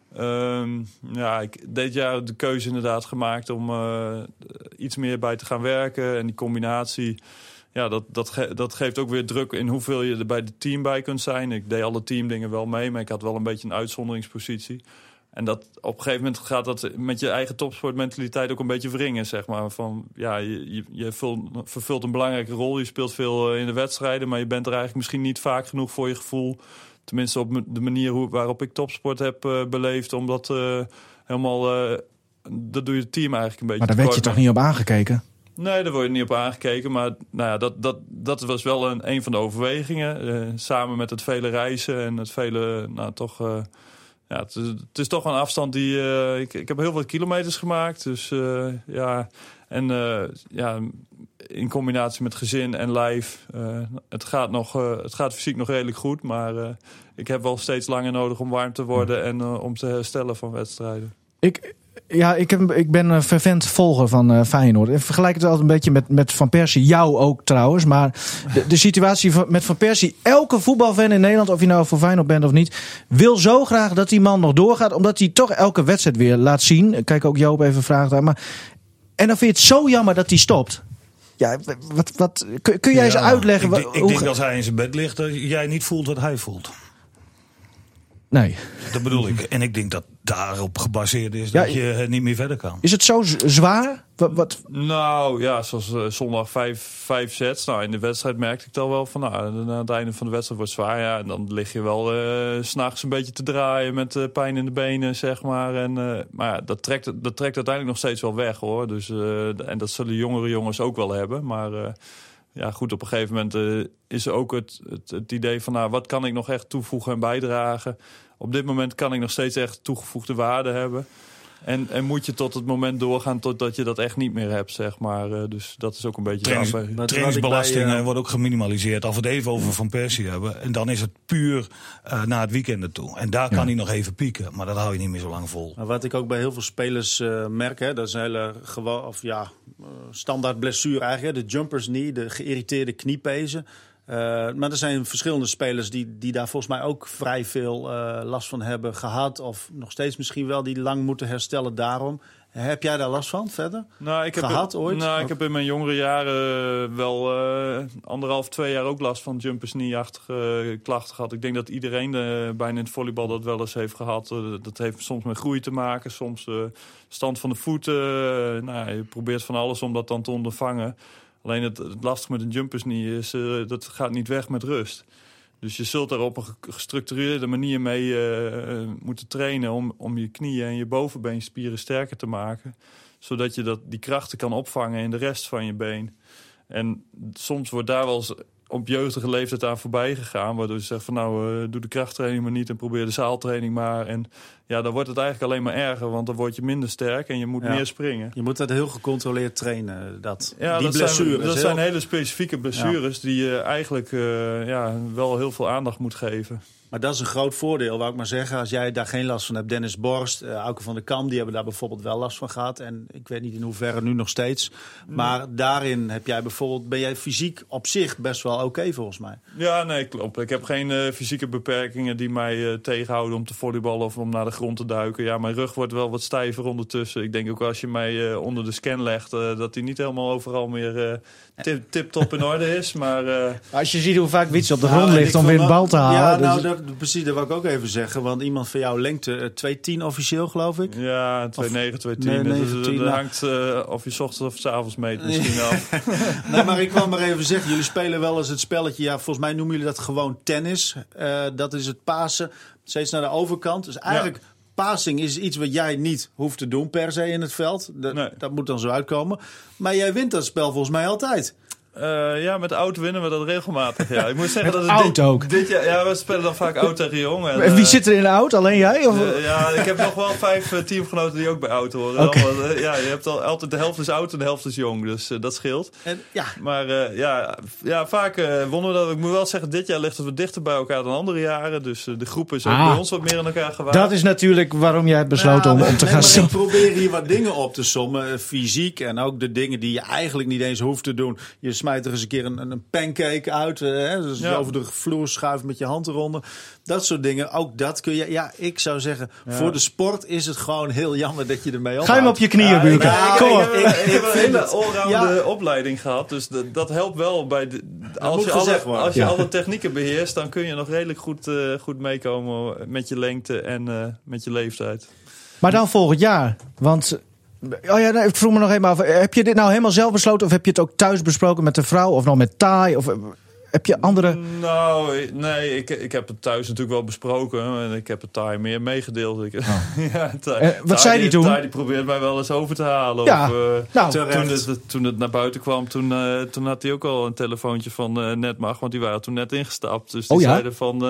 Ik dit jaar de keuze inderdaad gemaakt om iets meer bij te gaan werken. En die combinatie, dat geeft ook weer druk in hoeveel je er bij het team bij kunt zijn. Ik deed alle teamdingen wel mee, maar ik had wel een beetje een uitzonderingspositie. En dat op een gegeven moment gaat dat met je eigen topsportmentaliteit ook een beetje wringen, zeg maar. Van, je vervult een belangrijke rol, je speelt veel in de wedstrijden, maar je bent er eigenlijk misschien niet vaak genoeg voor je gevoel. Tenminste op de manier waarop ik topsport heb beleefd, omdat helemaal, dat doe je het team eigenlijk een beetje. Maar daar werd je toch niet op aangekeken? Nee, daar word je niet op aangekeken. Maar dat was wel een van de overwegingen. Samen met het vele reizen en het vele, het is toch een afstand die... Ik heb heel veel kilometers gemaakt. Dus in combinatie met gezin en lijf. Het gaat fysiek nog redelijk goed. Maar ik heb wel steeds langer nodig om warm te worden en om te herstellen van wedstrijden. Ja, ik ben een fervent volger van Feyenoord. Ik vergelijk het altijd een beetje met Van Persie. Jou ook trouwens. Maar de situatie met Van Persie. Elke voetbalfan in Nederland, of je nou voor Feyenoord bent of niet, wil zo graag dat die man nog doorgaat. Omdat hij toch elke wedstrijd weer laat zien. Kijk ook Joop even vragen daar. Maar, en dan vind je het zo jammer dat hij stopt. Ja, kun jij eens uitleggen? Ik denk als hij in zijn bed ligt, dat jij niet voelt wat hij voelt. Nee. Dat bedoel ik. En ik denk dat daarop gebaseerd is dat je niet meer verder kan. Is het zo zwaar? Nou ja, zoals zondag 5 sets. Nou, in de wedstrijd merkte ik dan wel van, na het einde van de wedstrijd wordt het zwaar. Ja, en dan lig je wel 's nachts een beetje te draaien met pijn in de benen, zeg maar. En, maar ja, dat trekt uiteindelijk nog steeds wel weg, hoor. Dus, en dat zullen jongere jongens ook wel hebben. Maar ja, goed, op een gegeven moment is er ook het idee van, wat kan ik nog echt toevoegen en bijdragen? Op dit moment kan ik nog steeds echt toegevoegde waarde hebben. En moet je tot het moment doorgaan totdat je dat echt niet meer hebt, zeg maar. Dus dat is ook een beetje... Trainingsbelasting wordt ook geminimaliseerd. Als we het even over Van Persie hebben. En dan is het puur naar het weekend toe. En daar kan hij nog even pieken. Maar dat hou je niet meer zo lang vol. Maar wat ik ook bij heel veel spelers merk, dat is een hele standaard blessure eigenlijk. De jumpers knee, de geïrriteerde kniepezen. Maar er zijn verschillende spelers die daar volgens mij ook vrij veel last van hebben gehad. Of nog steeds misschien wel, die lang moeten herstellen daarom. Heb jij daar last van verder? Nou, ik heb in mijn jongere jaren wel 1,5-2 jaar ook last van jumpers knee-achtige klachten gehad. Ik denk dat iedereen bijna in het volleybal dat wel eens heeft gehad. Dat heeft soms met groei te maken, soms stand van de voeten. Je probeert van alles om dat dan te ondervangen. Alleen het lastige met een jumpers knee is, dat gaat niet weg met rust. Dus je zult daar op een gestructureerde manier mee moeten trainen om je knieën en je bovenbeenspieren sterker te maken. Zodat je die krachten kan opvangen in de rest van je been. En soms wordt daar wel eens op jeugdige leeftijd aan voorbij gegaan. Waardoor je zegt van doe de krachttraining maar niet en probeer de zaaltraining maar. En ja, dan wordt het eigenlijk alleen maar erger, want dan word je minder sterk en je moet meer springen. Je moet dat heel gecontroleerd trainen. Dat blessures. Zijn hele specifieke blessures die je eigenlijk wel heel veel aandacht moet geven. Maar dat is een groot voordeel, wou ik maar zeggen. Als jij daar geen last van hebt. Dennis Borst, Auke van der Kam, die hebben daar bijvoorbeeld wel last van gehad. En ik weet niet in hoeverre nu nog steeds. Maar daarin ben jij fysiek op zich best wel oké, volgens mij. Ja, nee, klopt. Ik heb geen fysieke beperkingen die mij tegenhouden om te volleyballen of om naar de grond te duiken. Ja, mijn rug wordt wel wat stijver ondertussen. Ik denk ook als je mij onder de scan legt, dat die niet helemaal overal meer tip-top in orde is. Maar als je ziet hoe vaak Wiets op de grond ligt om weer een bal te halen. Ja, precies, dat wil ik ook even zeggen. Want iemand van jouw lengte, 2,10 officieel, geloof ik? Ja, 2,9, 2,10. Dat hangt of je 's ochtends of 's avonds meet misschien af. Nee, maar ik kwam maar even zeggen. Jullie spelen wel eens het spelletje. Ja, volgens mij noemen jullie dat gewoon tennis. Dat is het pasen steeds naar de overkant. Dus eigenlijk... Ja. Passing is iets wat jij niet hoeft te doen per se in het veld. Dat moet dan zo uitkomen. Maar jij wint dat spel volgens mij altijd. Ja, met oud winnen we dat regelmatig. Ja. Ik moet zeggen dat oud ook. Dit jaar, ja, we spelen dan vaak oud tegen jong. En wie zit er in de oud? Alleen jij? Of? Ja, ik heb nog wel 5 teamgenoten die ook bij oud horen. Okay. Je hebt altijd de helft is oud en de helft is jong. Dus dat scheelt. Maar vaak wonnen we dat. Ik moet wel zeggen, dit jaar ligt het wat dichter bij elkaar dan andere jaren. Dus de groep is ook bij ons wat meer aan elkaar gewaagd. Dat is natuurlijk waarom jij hebt besloten om te gaan zien. Ik probeer hier wat dingen op te sommen. Fysiek en ook de dingen die je eigenlijk niet eens hoeft te doen. Je smijt er eens een keer een pancake uit. Dus over de vloer schuift met je hand eronder. Dat soort dingen. Ook dat kun je... Ja, ik zou zeggen, voor de sport is het gewoon heel jammer dat je ermee ophoudt. Ga je hem op je knieën, Buurka. Kom op. Ik heb een hele allround opleiding gehad. Dus dat helpt wel. Als je alle technieken beheerst, dan kun je nog redelijk goed meekomen met je lengte en met je leeftijd. Maar dan volgend jaar. Want... ik vroeg me nog even af. Heb je dit nou helemaal zelf besloten? Of heb je het ook thuis besproken met de vrouw? Of nog met Thai? Of heb je andere... Nou, nee. Ik heb het thuis natuurlijk wel besproken. En ik heb het Thai meer meegedeeld. Wat zei die toen? Thai die probeert mij wel eens over te halen. Ja, toen het naar buiten kwam, toen had hij ook al een telefoontje van Netmag. Want die waren toen net ingestapt. Dus die zeiden van...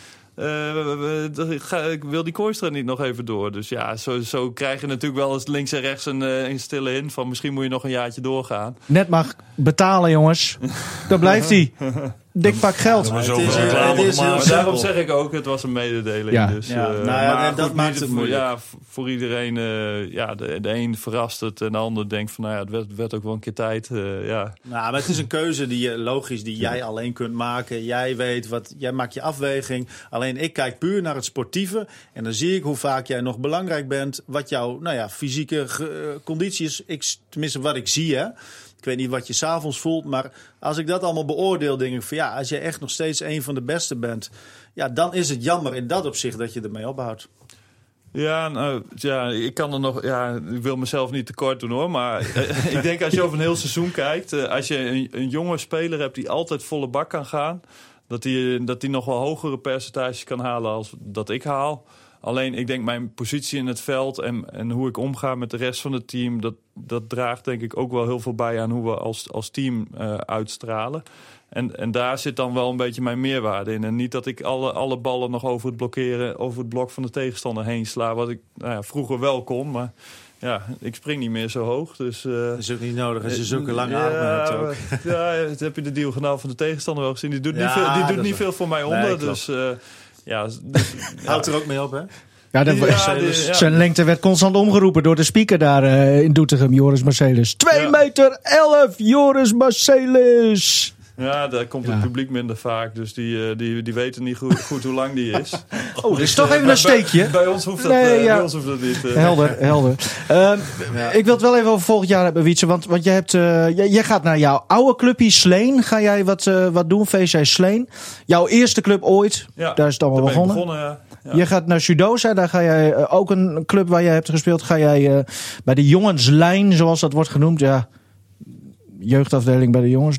ik wil die Kooistra niet nog even door. Dus ja, zo krijg je natuurlijk wel eens links en rechts een stille hint van misschien moet je nog een jaartje doorgaan. Net mag betalen, jongens. Dan blijft hij. dik pak geld. Ja, Het zoveel is reclame heel gemaakt. Maar daarom simpel. zeg ik ook, het was een mededeling. Ja. Dus, Ja, nou ja, maar en dat goed, maakt het moeilijk. Ja, voor iedereen, de een verrast het en de ander denkt van, nou ja, het werd ook wel een keer tijd. Ja. Nou, maar het is een keuze die jij alleen kunt maken. Jij weet jij maakt je afweging. Alleen ik kijk puur naar het sportieve. En dan zie ik hoe vaak jij nog belangrijk bent. Wat jouw fysieke conditie is. Tenminste, wat ik zie, hè. Ik weet niet wat je 's avonds voelt, maar als ik dat allemaal beoordeel, denk ik van als jij echt nog steeds een van de beste bent, dan is het jammer in dat opzicht dat je ermee ophoudt. Ja, nou, ik kan er nog. Ja, ik wil mezelf niet tekort doen hoor. Maar ik denk als je over een heel seizoen kijkt. Als je een jonge speler hebt die altijd volle bak kan gaan. Dat die nog wel hogere percentages kan halen als dat ik haal. Alleen ik denk mijn positie in het veld en hoe ik omga met de rest van het team. Dat draagt denk ik ook wel heel veel bij aan hoe we als team uitstralen. En daar zit dan wel een beetje mijn meerwaarde in. En niet dat ik alle ballen nog over het blok van de tegenstander heen sla. Wat ik vroeger wel kon, maar ik spring niet meer zo hoog. Dus, dat is ook niet nodig als je zulke lange armen hebt ook. Ja, dat heb je de diagonale van de tegenstander wel gezien. Die doet niet veel voor mij onder. Nee, dus houdt er ook mee op, hè? Ja, zijn lengte werd constant omgeroepen door de speaker daar in Doetinchem, Joris Marcellus. 2 meter 11, Joris Marcellus! Ja, daar komt het publiek minder vaak. Dus die weten niet goed hoe lang die is. Oh, dus toch even een steekje. Bij ons hoeft dat, niet. Helder. Ik wil het wel even over volgend jaar hebben, Wietse. Want jij gaat naar jouw oude clubje Sleen. Ga jij wat doen, VC Sleen. Jouw eerste club ooit. Ja, daar is het allemaal begonnen. Ja. Je gaat naar Sudosa. Daar ga jij ook een club waar jij hebt gespeeld. Ga jij bij de jongenslijn, zoals dat wordt genoemd. Ja. Jeugdafdeling bij de jongens.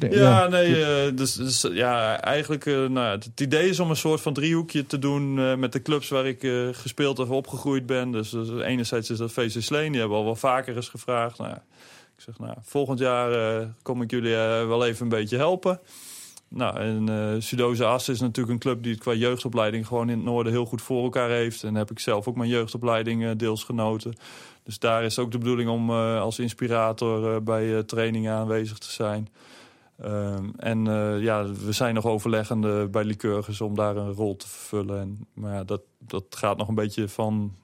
Eigenlijk het idee is om een soort van driehoekje te doen met de clubs waar ik gespeeld of opgegroeid ben. Dus enerzijds is dat VC Sleen, die hebben al wel vaker eens gevraagd. Ik zeg, volgend jaar kom ik jullie wel even een beetje helpen. Sudosa Assen is natuurlijk een club die het qua jeugdopleiding gewoon in het noorden heel goed voor elkaar heeft. En heb ik zelf ook mijn jeugdopleiding deels genoten. Dus daar is ook de bedoeling om als inspirator bij trainingen aanwezig te zijn. We zijn nog overleggende bij Lycurgus om daar een rol te vervullen. Maar dat gaat nog een beetje van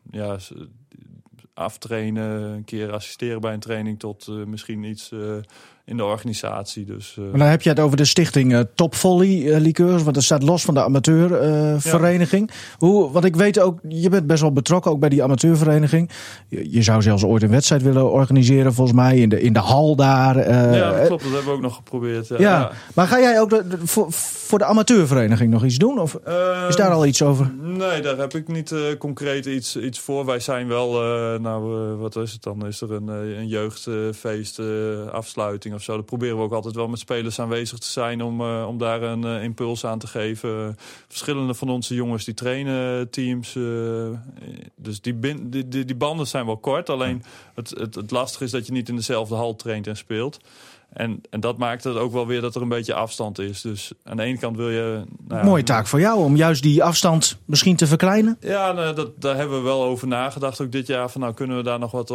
aftrainen, een keer assisteren bij een training tot misschien iets in de organisatie. Dus, Maar dan heb je het over de stichting Top Volley Lycurgus, want dat staat los van de amateurvereniging. Want ik weet ook, je bent best wel betrokken ook bij die amateurvereniging. Je zou zelfs ooit een wedstrijd willen organiseren, volgens mij, in de hal daar. Dat klopt, dat hebben we ook nog geprobeerd. Ja. Maar ga jij ook voor de amateurvereniging nog iets doen? Of is daar al iets over? Nee, daar heb ik niet concreet iets voor. Wij zijn wel, wat is het dan? Is er een jeugdfeest, afsluiting of zo? Daar proberen we ook altijd wel met spelers aanwezig te zijn om daar een impuls aan te geven. Verschillende van onze jongens die trainen teams. Dus die banden zijn wel kort. Alleen het lastige is dat je niet in dezelfde hal traint en speelt. En dat maakt het ook wel weer dat er een beetje afstand is. Dus aan de ene kant wil je... Mooie taak voor jou om juist die afstand misschien te verkleinen. Ja, daar hebben we wel over nagedacht ook dit jaar. Van kunnen we daar nog wat...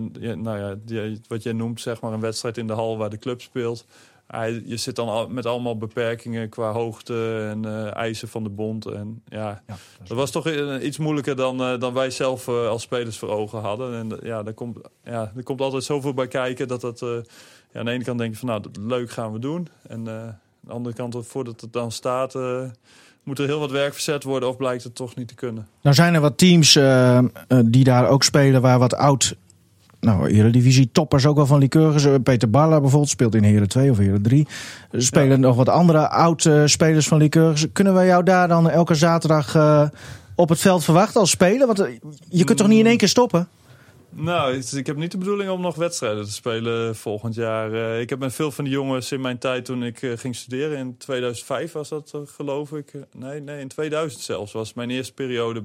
wat jij noemt, zeg maar een wedstrijd in de hal waar de club speelt. Je zit dan met allemaal beperkingen qua hoogte en eisen van de bond. En dat was toch iets moeilijker dan wij zelf als spelers voor ogen hadden. En er komt altijd zoveel bij kijken dat aan de ene kant denk je van dat leuk gaan we doen. En aan de andere kant, voordat het dan staat, moet er heel wat werk verzet worden of blijkt het toch niet te kunnen. Nou zijn er wat teams die daar ook spelen waar wat oud... Eredivisie toppers ook wel van Lycurgus. Peter Barla bijvoorbeeld speelt in Heren 2 of Heren 3. Er spelen nog wat andere oud-spelers van Lycurgus. Kunnen wij jou daar dan elke zaterdag op het veld verwachten als speler? Want je kunt toch niet in één keer stoppen? Ik heb niet de bedoeling om nog wedstrijden te spelen volgend jaar. Ik heb met veel van die jongens in mijn tijd toen ik ging studeren. In 2005 was dat, geloof ik. Nee, in 2000 zelfs. Was mijn eerste periode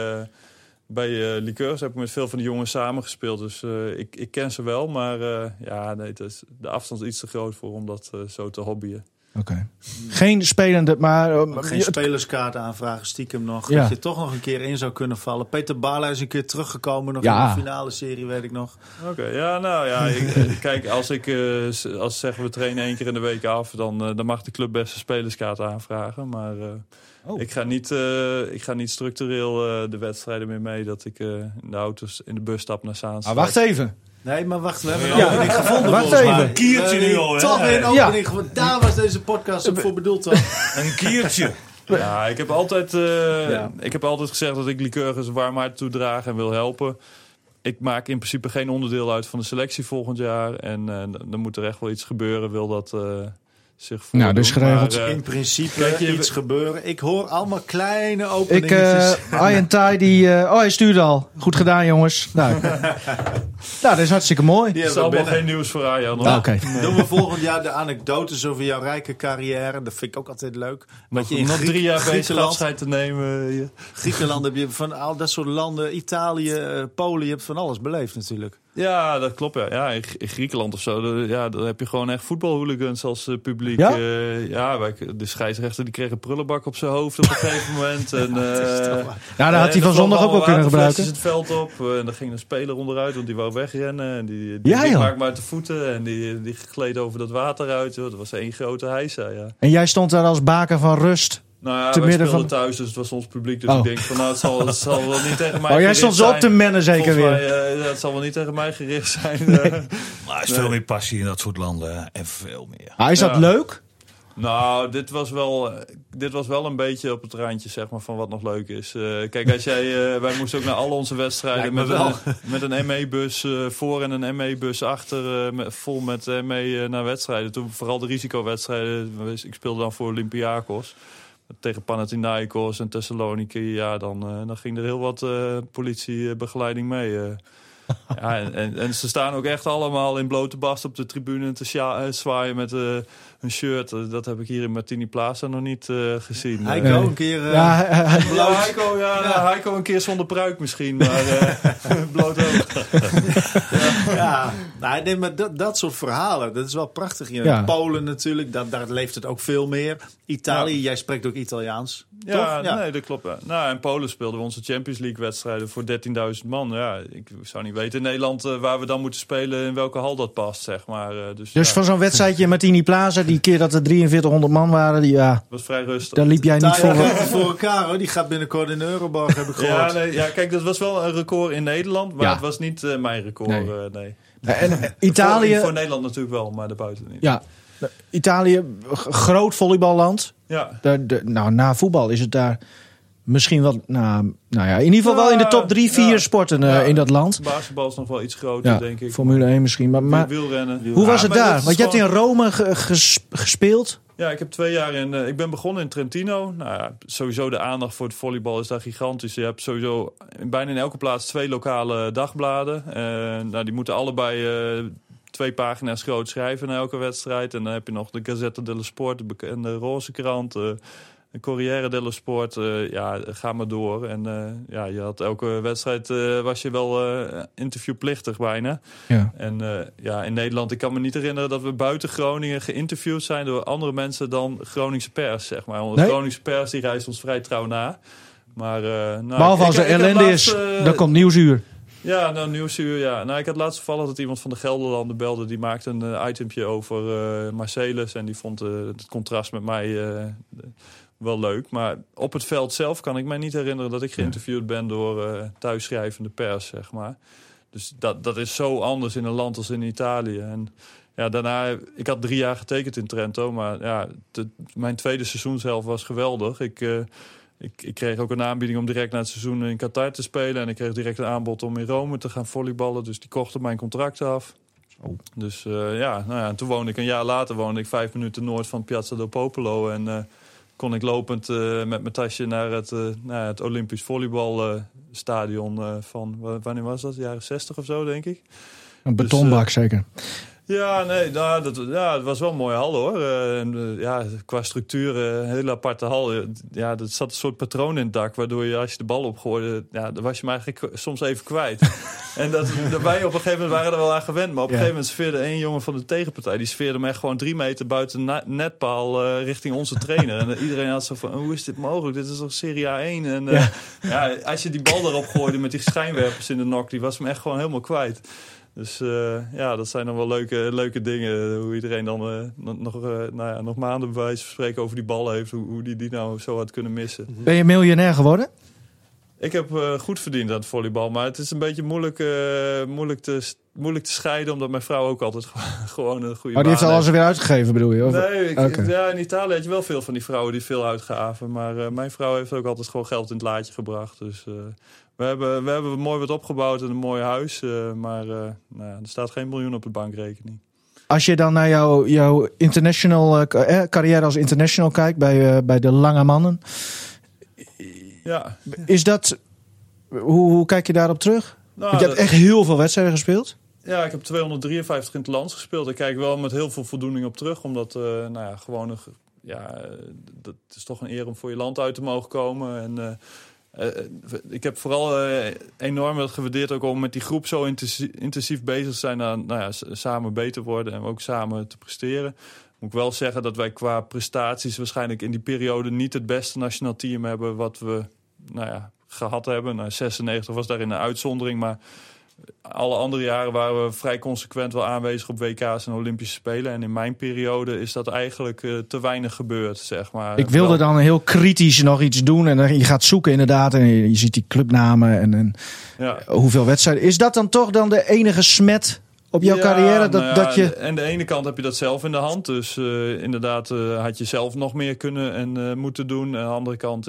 bij Lycurgus. Heb ik met veel van die jongens samengespeeld. Dus ik ken ze wel. Maar de afstand is iets te groot voor om dat zo te hobbyen. Oké. Geen spelende, maar... Ook geen spelerskaart aanvragen, stiekem nog. Ja. Dat je toch nog een keer in zou kunnen vallen. Peter Barla is een keer teruggekomen nog Ja. in de finale serie, weet ik nog. Oké, ja, nou ja. Kijk, als zeggen we trainen 1 keer in de week af, dan mag de club best een spelerskaart aanvragen. Maar ik ga niet structureel de wedstrijden meer mee dat ik in de auto's in de bus stap naar Zaanstad. Wacht even. Nee, maar wacht, we hebben een opening gevonden. Wacht volgens even. mij. Een kiertje nu al, hè? Toch weer een opening gevonden. Daar was deze podcast ook voor bedoeld, toch? Een kiertje. Ja, ik heb altijd gezegd dat ik Lycurgus een warm hart toedraag en wil helpen. Ik maak in principe geen onderdeel uit van de selectie volgend jaar. En dan moet er echt wel iets gebeuren, wil dat zich voordoen. Nou, dus geregeld. In principe kijk, iets gebeuren. Ik hoor allemaal kleine openingetjes. Ian Tai, hij stuurde al. Goed gedaan, jongens. Nou, dat is hartstikke mooi. Die Het is hebben we allemaal binnen. geen nieuws voor Arjan. Ah, Oké. Doen we volgend jaar de anekdotes over jouw rijke carrière. Dat vind ik ook altijd leuk. Wat je in Nog 3 jaar bezig Griekenland, afscheid te nemen. hier. Griekenland heb je van al dat soort landen, Italië, Polen, je hebt van alles beleefd natuurlijk. Ja, dat klopt. Ja. In Griekenland of zo, daar heb je gewoon echt voetbalhooligans als publiek. Ja? De scheidsrechter die kreeg een prullenbak op zijn hoofd op een gegeven moment. En, Ja, daar had hij van zondag ook wel kunnen gebruiken. het veld op en dan ging een speler onderuit, want die wou wegrennen. En die Ja, joh. maakte maar uit de voeten en die gleed over dat water uit. Joh. Dat was één grote heisa, ja. En jij stond daar als baken van rust. Nou ja, Te wij midden speelden van- thuis, dus het was ons publiek. Dus Oh. ik denk van, nou, het zal wel niet tegen mij Oh, jij gericht stond zo op zijn. te mennen zeker Volgens weer. mij, het zal wel niet tegen mij gericht zijn. Maar er is veel meer passie in dat soort landen. Hè. En veel meer. Is dat Ja. leuk? Nou, dit was wel een beetje op het randje, zeg maar, van wat nog leuk is. Kijk, als wij moesten ook naar al onze wedstrijden Lijkt me met een ME-bus voor en een ME-bus achter, vol met ME naar wedstrijden. Toen vooral de risicowedstrijden. Ik speelde dan voor Olympiakos. Tegen Panathinaikos en Thessaloniki, ja, dan ging er heel wat politiebegeleiding mee. Ja, en ze staan ook echt allemaal in blote bast op de tribune te zwaaien met een shirt. Dat heb ik hier in Martini Plaza nog niet gezien. Heiko een keer... Heiko een keer zonder pruik misschien, maar bloot hoofd. Ja, nou, nee, maar dat soort verhalen, dat is wel prachtig. Ja. Polen natuurlijk, daar leeft het ook veel meer. Italië, jij spreekt ook Italiaans, Ja, toch? nee, dat klopt. Ja. Nou, in Polen speelden we onze Champions League wedstrijden voor 13.000 man. Ja, ik zou niet weten in Nederland waar we dan moeten spelen, in welke hal dat past, zeg maar. Dus Dus ja, van zo'n wedstrijdje in Martini Plaza, die keer dat er 4300 man waren, dat was vrij rustig. daar liep jij niet Taya voor. gaat het voor elkaar, hoor. Die gaat binnenkort in de Euroborg, heb ik gehoord. Kijk, dat was wel een record in Nederland, maar Ja. het was niet mijn record. Nee. Nee. En Italië, Voor Nederland natuurlijk wel, maar daarbuiten niet. ja, Italië, groot volleyballand. Ja. Nou, na voetbal is het daar misschien wel, nou ja, in ieder geval wel in de top 3, 4 sporten in dat land. Basketbal is nog wel iets groter, Ja, denk ik. Formule 1 misschien. Maar Wielrennen. hoe was het maar dat daar? is Want je hebt in gewoon- Rome gespeeld. Ja, ik heb 2 jaar ik ben begonnen in Trentino. Nou ja, sowieso de aandacht voor het volleybal is daar gigantisch. Je hebt sowieso bijna in elke plaats 2 lokale dagbladen. Nou, die moeten allebei 2 pagina's groot schrijven na elke wedstrijd. En dan heb je nog de Gazzetta dello Sport, de bekende roze krant. De Corriere dello Sport, ga maar door. En je had elke wedstrijd was je wel interviewplichtig bijna. Ja. En in Nederland, ik kan me niet herinneren dat we buiten Groningen geïnterviewd zijn door andere mensen dan Groningse pers, zeg maar. Want de Nee? Groningse pers die reist ons vrij trouw na. Maar, Behalve als er ellende is, dan komt Nieuwsuur. Ja, nou, Nieuwsuur, ja. Nou, ik had laatst toevallig dat iemand van de Gelderlanden belde. Die maakte een itempje over Marcellus. En die vond het contrast met mij wel leuk. Maar op het veld zelf kan ik mij niet herinneren dat ik geïnterviewd ben door thuisschrijvende pers, zeg maar. Dus dat is zo anders in een land als in Italië. En ja, daarna, ik had 3 jaar getekend in Trento. Maar ja, mijn tweede seizoen zelf was geweldig. Ik kreeg ook een aanbieding om direct na het seizoen in Qatar te spelen. En ik kreeg direct een aanbod om in Rome te gaan volleyballen. Dus die kochten mijn contract af. Oh. Dus toen woonde ik een jaar later 5 minuten noord van Piazza del Popolo. En kon ik lopend met mijn tasje naar het Olympisch volleybalstadion van, wanneer was dat? Jaren 60 of zo, denk ik. Een betonbak zeker. Ja, nee, het was wel een mooie hal hoor. Qua structuur een hele aparte hal. Ja, er zat een soort patroon in het dak, waardoor je als je de bal opgooide, dan was je hem eigenlijk soms even kwijt. En daarbij op een gegeven moment waren er wel aan gewend. Maar op een gegeven moment sfeerde één jongen van de tegenpartij, die sfeerde hem echt gewoon 3 meter buiten de netpaal richting onze trainer. En iedereen had zo van, hoe is dit mogelijk? Dit is toch Serie A1? En als je die bal erop gooide met die schijnwerpers in de nok, die was hem echt gewoon helemaal kwijt. Dus dat zijn dan wel leuke dingen. Hoe iedereen dan nog maanden bij wijze van spreken over die bal heeft. Hoe die nou zo had kunnen missen. Ben je miljonair geworden? Ik heb goed verdiend aan het volleybal. Maar het is een beetje moeilijk te scheiden. Omdat mijn vrouw ook altijd gewoon een goede baan die heeft alles er weer uitgegeven, bedoel je? Of? Nee, in Italië had je wel veel van die vrouwen die veel uitgaven. Maar mijn vrouw heeft ook altijd gewoon geld in het laadje gebracht. Dus we hebben mooi wat opgebouwd en een mooi huis. Er staat geen miljoen op de bankrekening. Als je dan naar jouw international carrière als international kijkt bij de lange mannen. Ja. Is dat... Hoe kijk je daarop terug? Nou, Want je hebt echt heel veel wedstrijden gespeeld. Ja, ik heb 253 in het land gespeeld. Ik kijk wel met heel veel voldoening op terug. Omdat, dat is toch een eer om voor je land uit te mogen komen. En ik heb vooral enorm dat gewaardeerd ook om met die groep zo intensief bezig te zijn. Samen beter worden en ook samen te presteren. Moet ik wel zeggen dat wij qua prestaties waarschijnlijk in die periode niet het beste nationaal team hebben wat we gehad hebben. 96 was daarin een uitzondering, maar alle andere jaren waren we vrij consequent wel aanwezig op WK's en Olympische Spelen. En in mijn periode is dat eigenlijk te weinig gebeurd, zeg maar. Ik wilde dan heel kritisch nog iets doen. En je gaat zoeken inderdaad. En je ziet die clubnamen en hoeveel wedstrijden. Is dat dan toch de enige smet op jouw carrière? Dat je... En de ene kant heb je dat zelf in de hand. Dus inderdaad had je zelf nog meer kunnen en moeten doen. Aan de andere kant,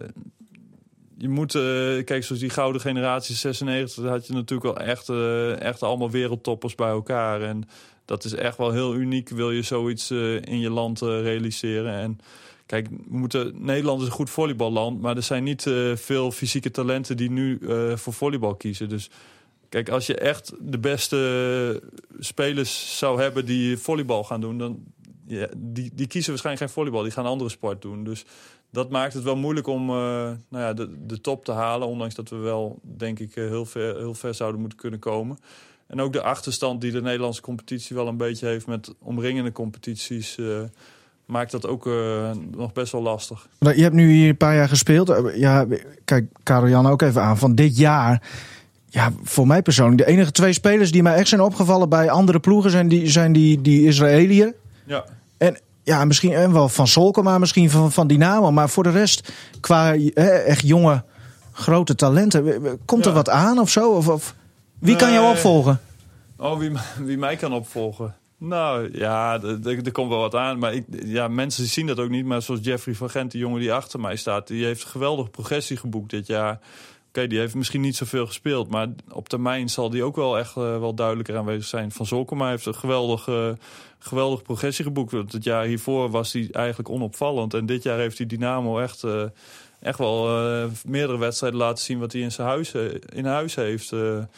je moet, kijk, zoals die gouden generatie 96, had je natuurlijk wel echt allemaal wereldtoppers bij elkaar. En dat is echt wel heel uniek, wil je zoiets in je land realiseren. En kijk, Nederland is een goed volleyballand, maar er zijn niet veel fysieke talenten die nu voor volleybal kiezen. Dus kijk, als je echt de beste spelers zou hebben die volleybal gaan doen, dan die kiezen waarschijnlijk geen volleybal, die gaan een andere sport doen. Dus dat maakt het wel moeilijk om de top te halen. Ondanks dat we wel, denk ik, heel ver zouden moeten kunnen komen. En ook de achterstand die de Nederlandse competitie wel een beetje heeft met omringende competities, maakt dat ook nog best wel lastig. Je hebt nu hier een paar jaar gespeeld. Kijk, Karel-Jan ook even aan. Van dit jaar, voor mij persoonlijk, de enige 2 spelers die mij echt zijn opgevallen bij andere ploegen zijn die Israëliër. Ja. En misschien wel van Solken, maar misschien van Dynamo. Maar voor de rest, qua echt jonge, grote talenten. Komt er wat aan of zo? Of wie kan jou opvolgen? Oh, wie mij kan opvolgen? Nou, ja, er komt wel wat aan. Maar mensen zien dat ook niet. Maar zoals Jeffrey van Gent, die jongen die achter mij staat, die heeft een geweldige progressie geboekt dit jaar. Oké, die heeft misschien niet zoveel gespeeld. Maar op termijn zal die ook wel echt wel duidelijker aanwezig zijn. Van Solkema heeft een geweldige progressie geboekt. Want het jaar hiervoor was hij eigenlijk onopvallend. En dit jaar heeft hij Dynamo echt wel meerdere wedstrijden laten zien wat hij in huis heeft.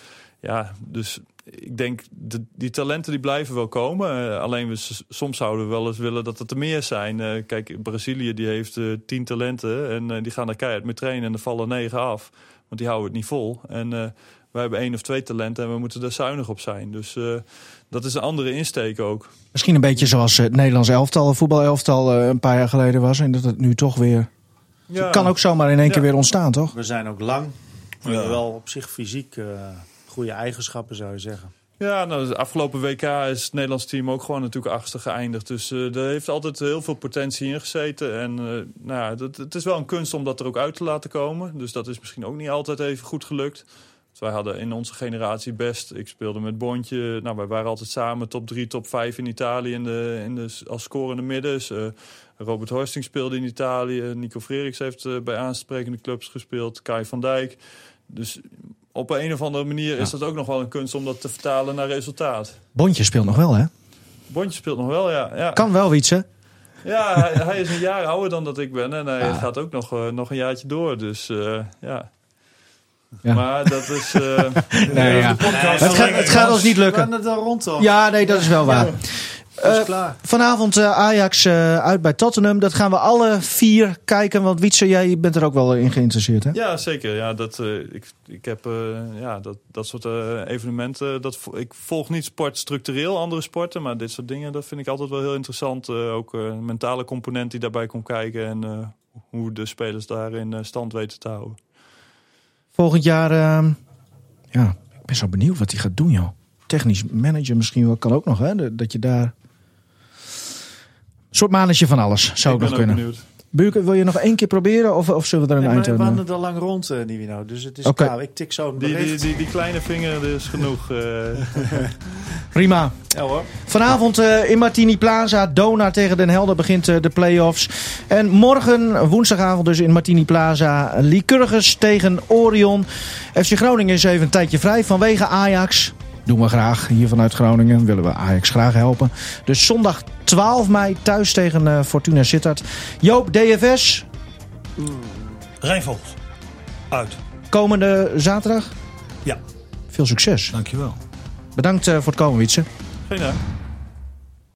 Dus ik denk, die talenten die blijven wel komen. Alleen soms zouden we wel eens willen dat het er meer zijn. Kijk, Brazilië die heeft 10 talenten en die gaan er keihard mee trainen en er vallen 9 af. Want die houden het niet vol. En wij hebben 1 of 2 talenten en we moeten daar zuinig op zijn. Dus dat is een andere insteek ook. Misschien een beetje zoals het Nederlands elftal, voetbalelftal een paar jaar geleden was. En dat het nu toch weer... Het kan ook zomaar in één keer weer ontstaan, toch? We zijn ook lang. We hebben wel op zich fysiek goede eigenschappen, zou je zeggen. Ja, de afgelopen WK is het Nederlands team ook gewoon natuurlijk 8e geëindigd. Dus er heeft altijd heel veel potentie in gezeten. En het is wel een kunst om dat er ook uit te laten komen. Dus dat is misschien ook niet altijd even goed gelukt. Dus wij hadden in onze generatie best... Ik speelde met Bontje. Wij waren altijd samen top 3, top 5 in Italië als scorende middens. Robert Horsting speelde in Italië. Nico Frerichs heeft bij aansprekende clubs gespeeld. Kai van Dijk. Dus op een of andere manier is dat ook nog wel een kunst om dat te vertalen naar resultaat. Bontje speelt nog wel, hè? Bontje speelt nog wel, ja. Kan wel wietsen. Ja, hij is een jaar ouder dan dat ik ben. En hij gaat ook nog een jaartje door. Dus ja. Ja. Maar dat is... Nee, ja. Het gaat ons niet We lukken. gaan het al rond, toch? Ja, nee, dat is wel waar. Dat is klaar. Vanavond Ajax uit bij Tottenham. Dat gaan we alle 4 kijken. Want Wietse, jij bent er ook wel in geïnteresseerd, hè? Ja, zeker. Ja, ik heb dat soort evenementen. Ik volg niet sport structureel, andere sporten. Maar dit soort dingen, dat vind ik altijd wel heel interessant. Ook een mentale component die daarbij komt kijken. En hoe de spelers daarin stand weten te houden. Volgend jaar, ik ben zo benieuwd wat hij gaat doen, joh. Technisch manager misschien wel, kan ook nog, hè? Dat je daar... Een soort mannetje van alles zou ik nog kunnen. Benieuwd. Buurke, wil je nog 1 keer proberen? Of zullen we er een eind We aan? wandelen al lang rond, Nivino. Dus het is Oké. klaar. Ik tik zo een bericht. Die kleine vinger is genoeg. Prima. Ja hoor. Vanavond in Martini Plaza, Donar tegen Den Helder begint de play-offs. En morgen, woensdagavond dus in Martini Plaza, Lycurgus tegen Orion. FC Groningen is even een tijdje vrij vanwege Ajax. Doen we graag. Hier vanuit Groningen willen we Ajax graag helpen. Dus zondag 12 mei thuis tegen Fortuna Sittard. Joop, DFS. Rijnvoogd. Uit. Komende zaterdag. Ja. Veel succes. Dankjewel. Bedankt voor het komen, Wietse. Geen dank.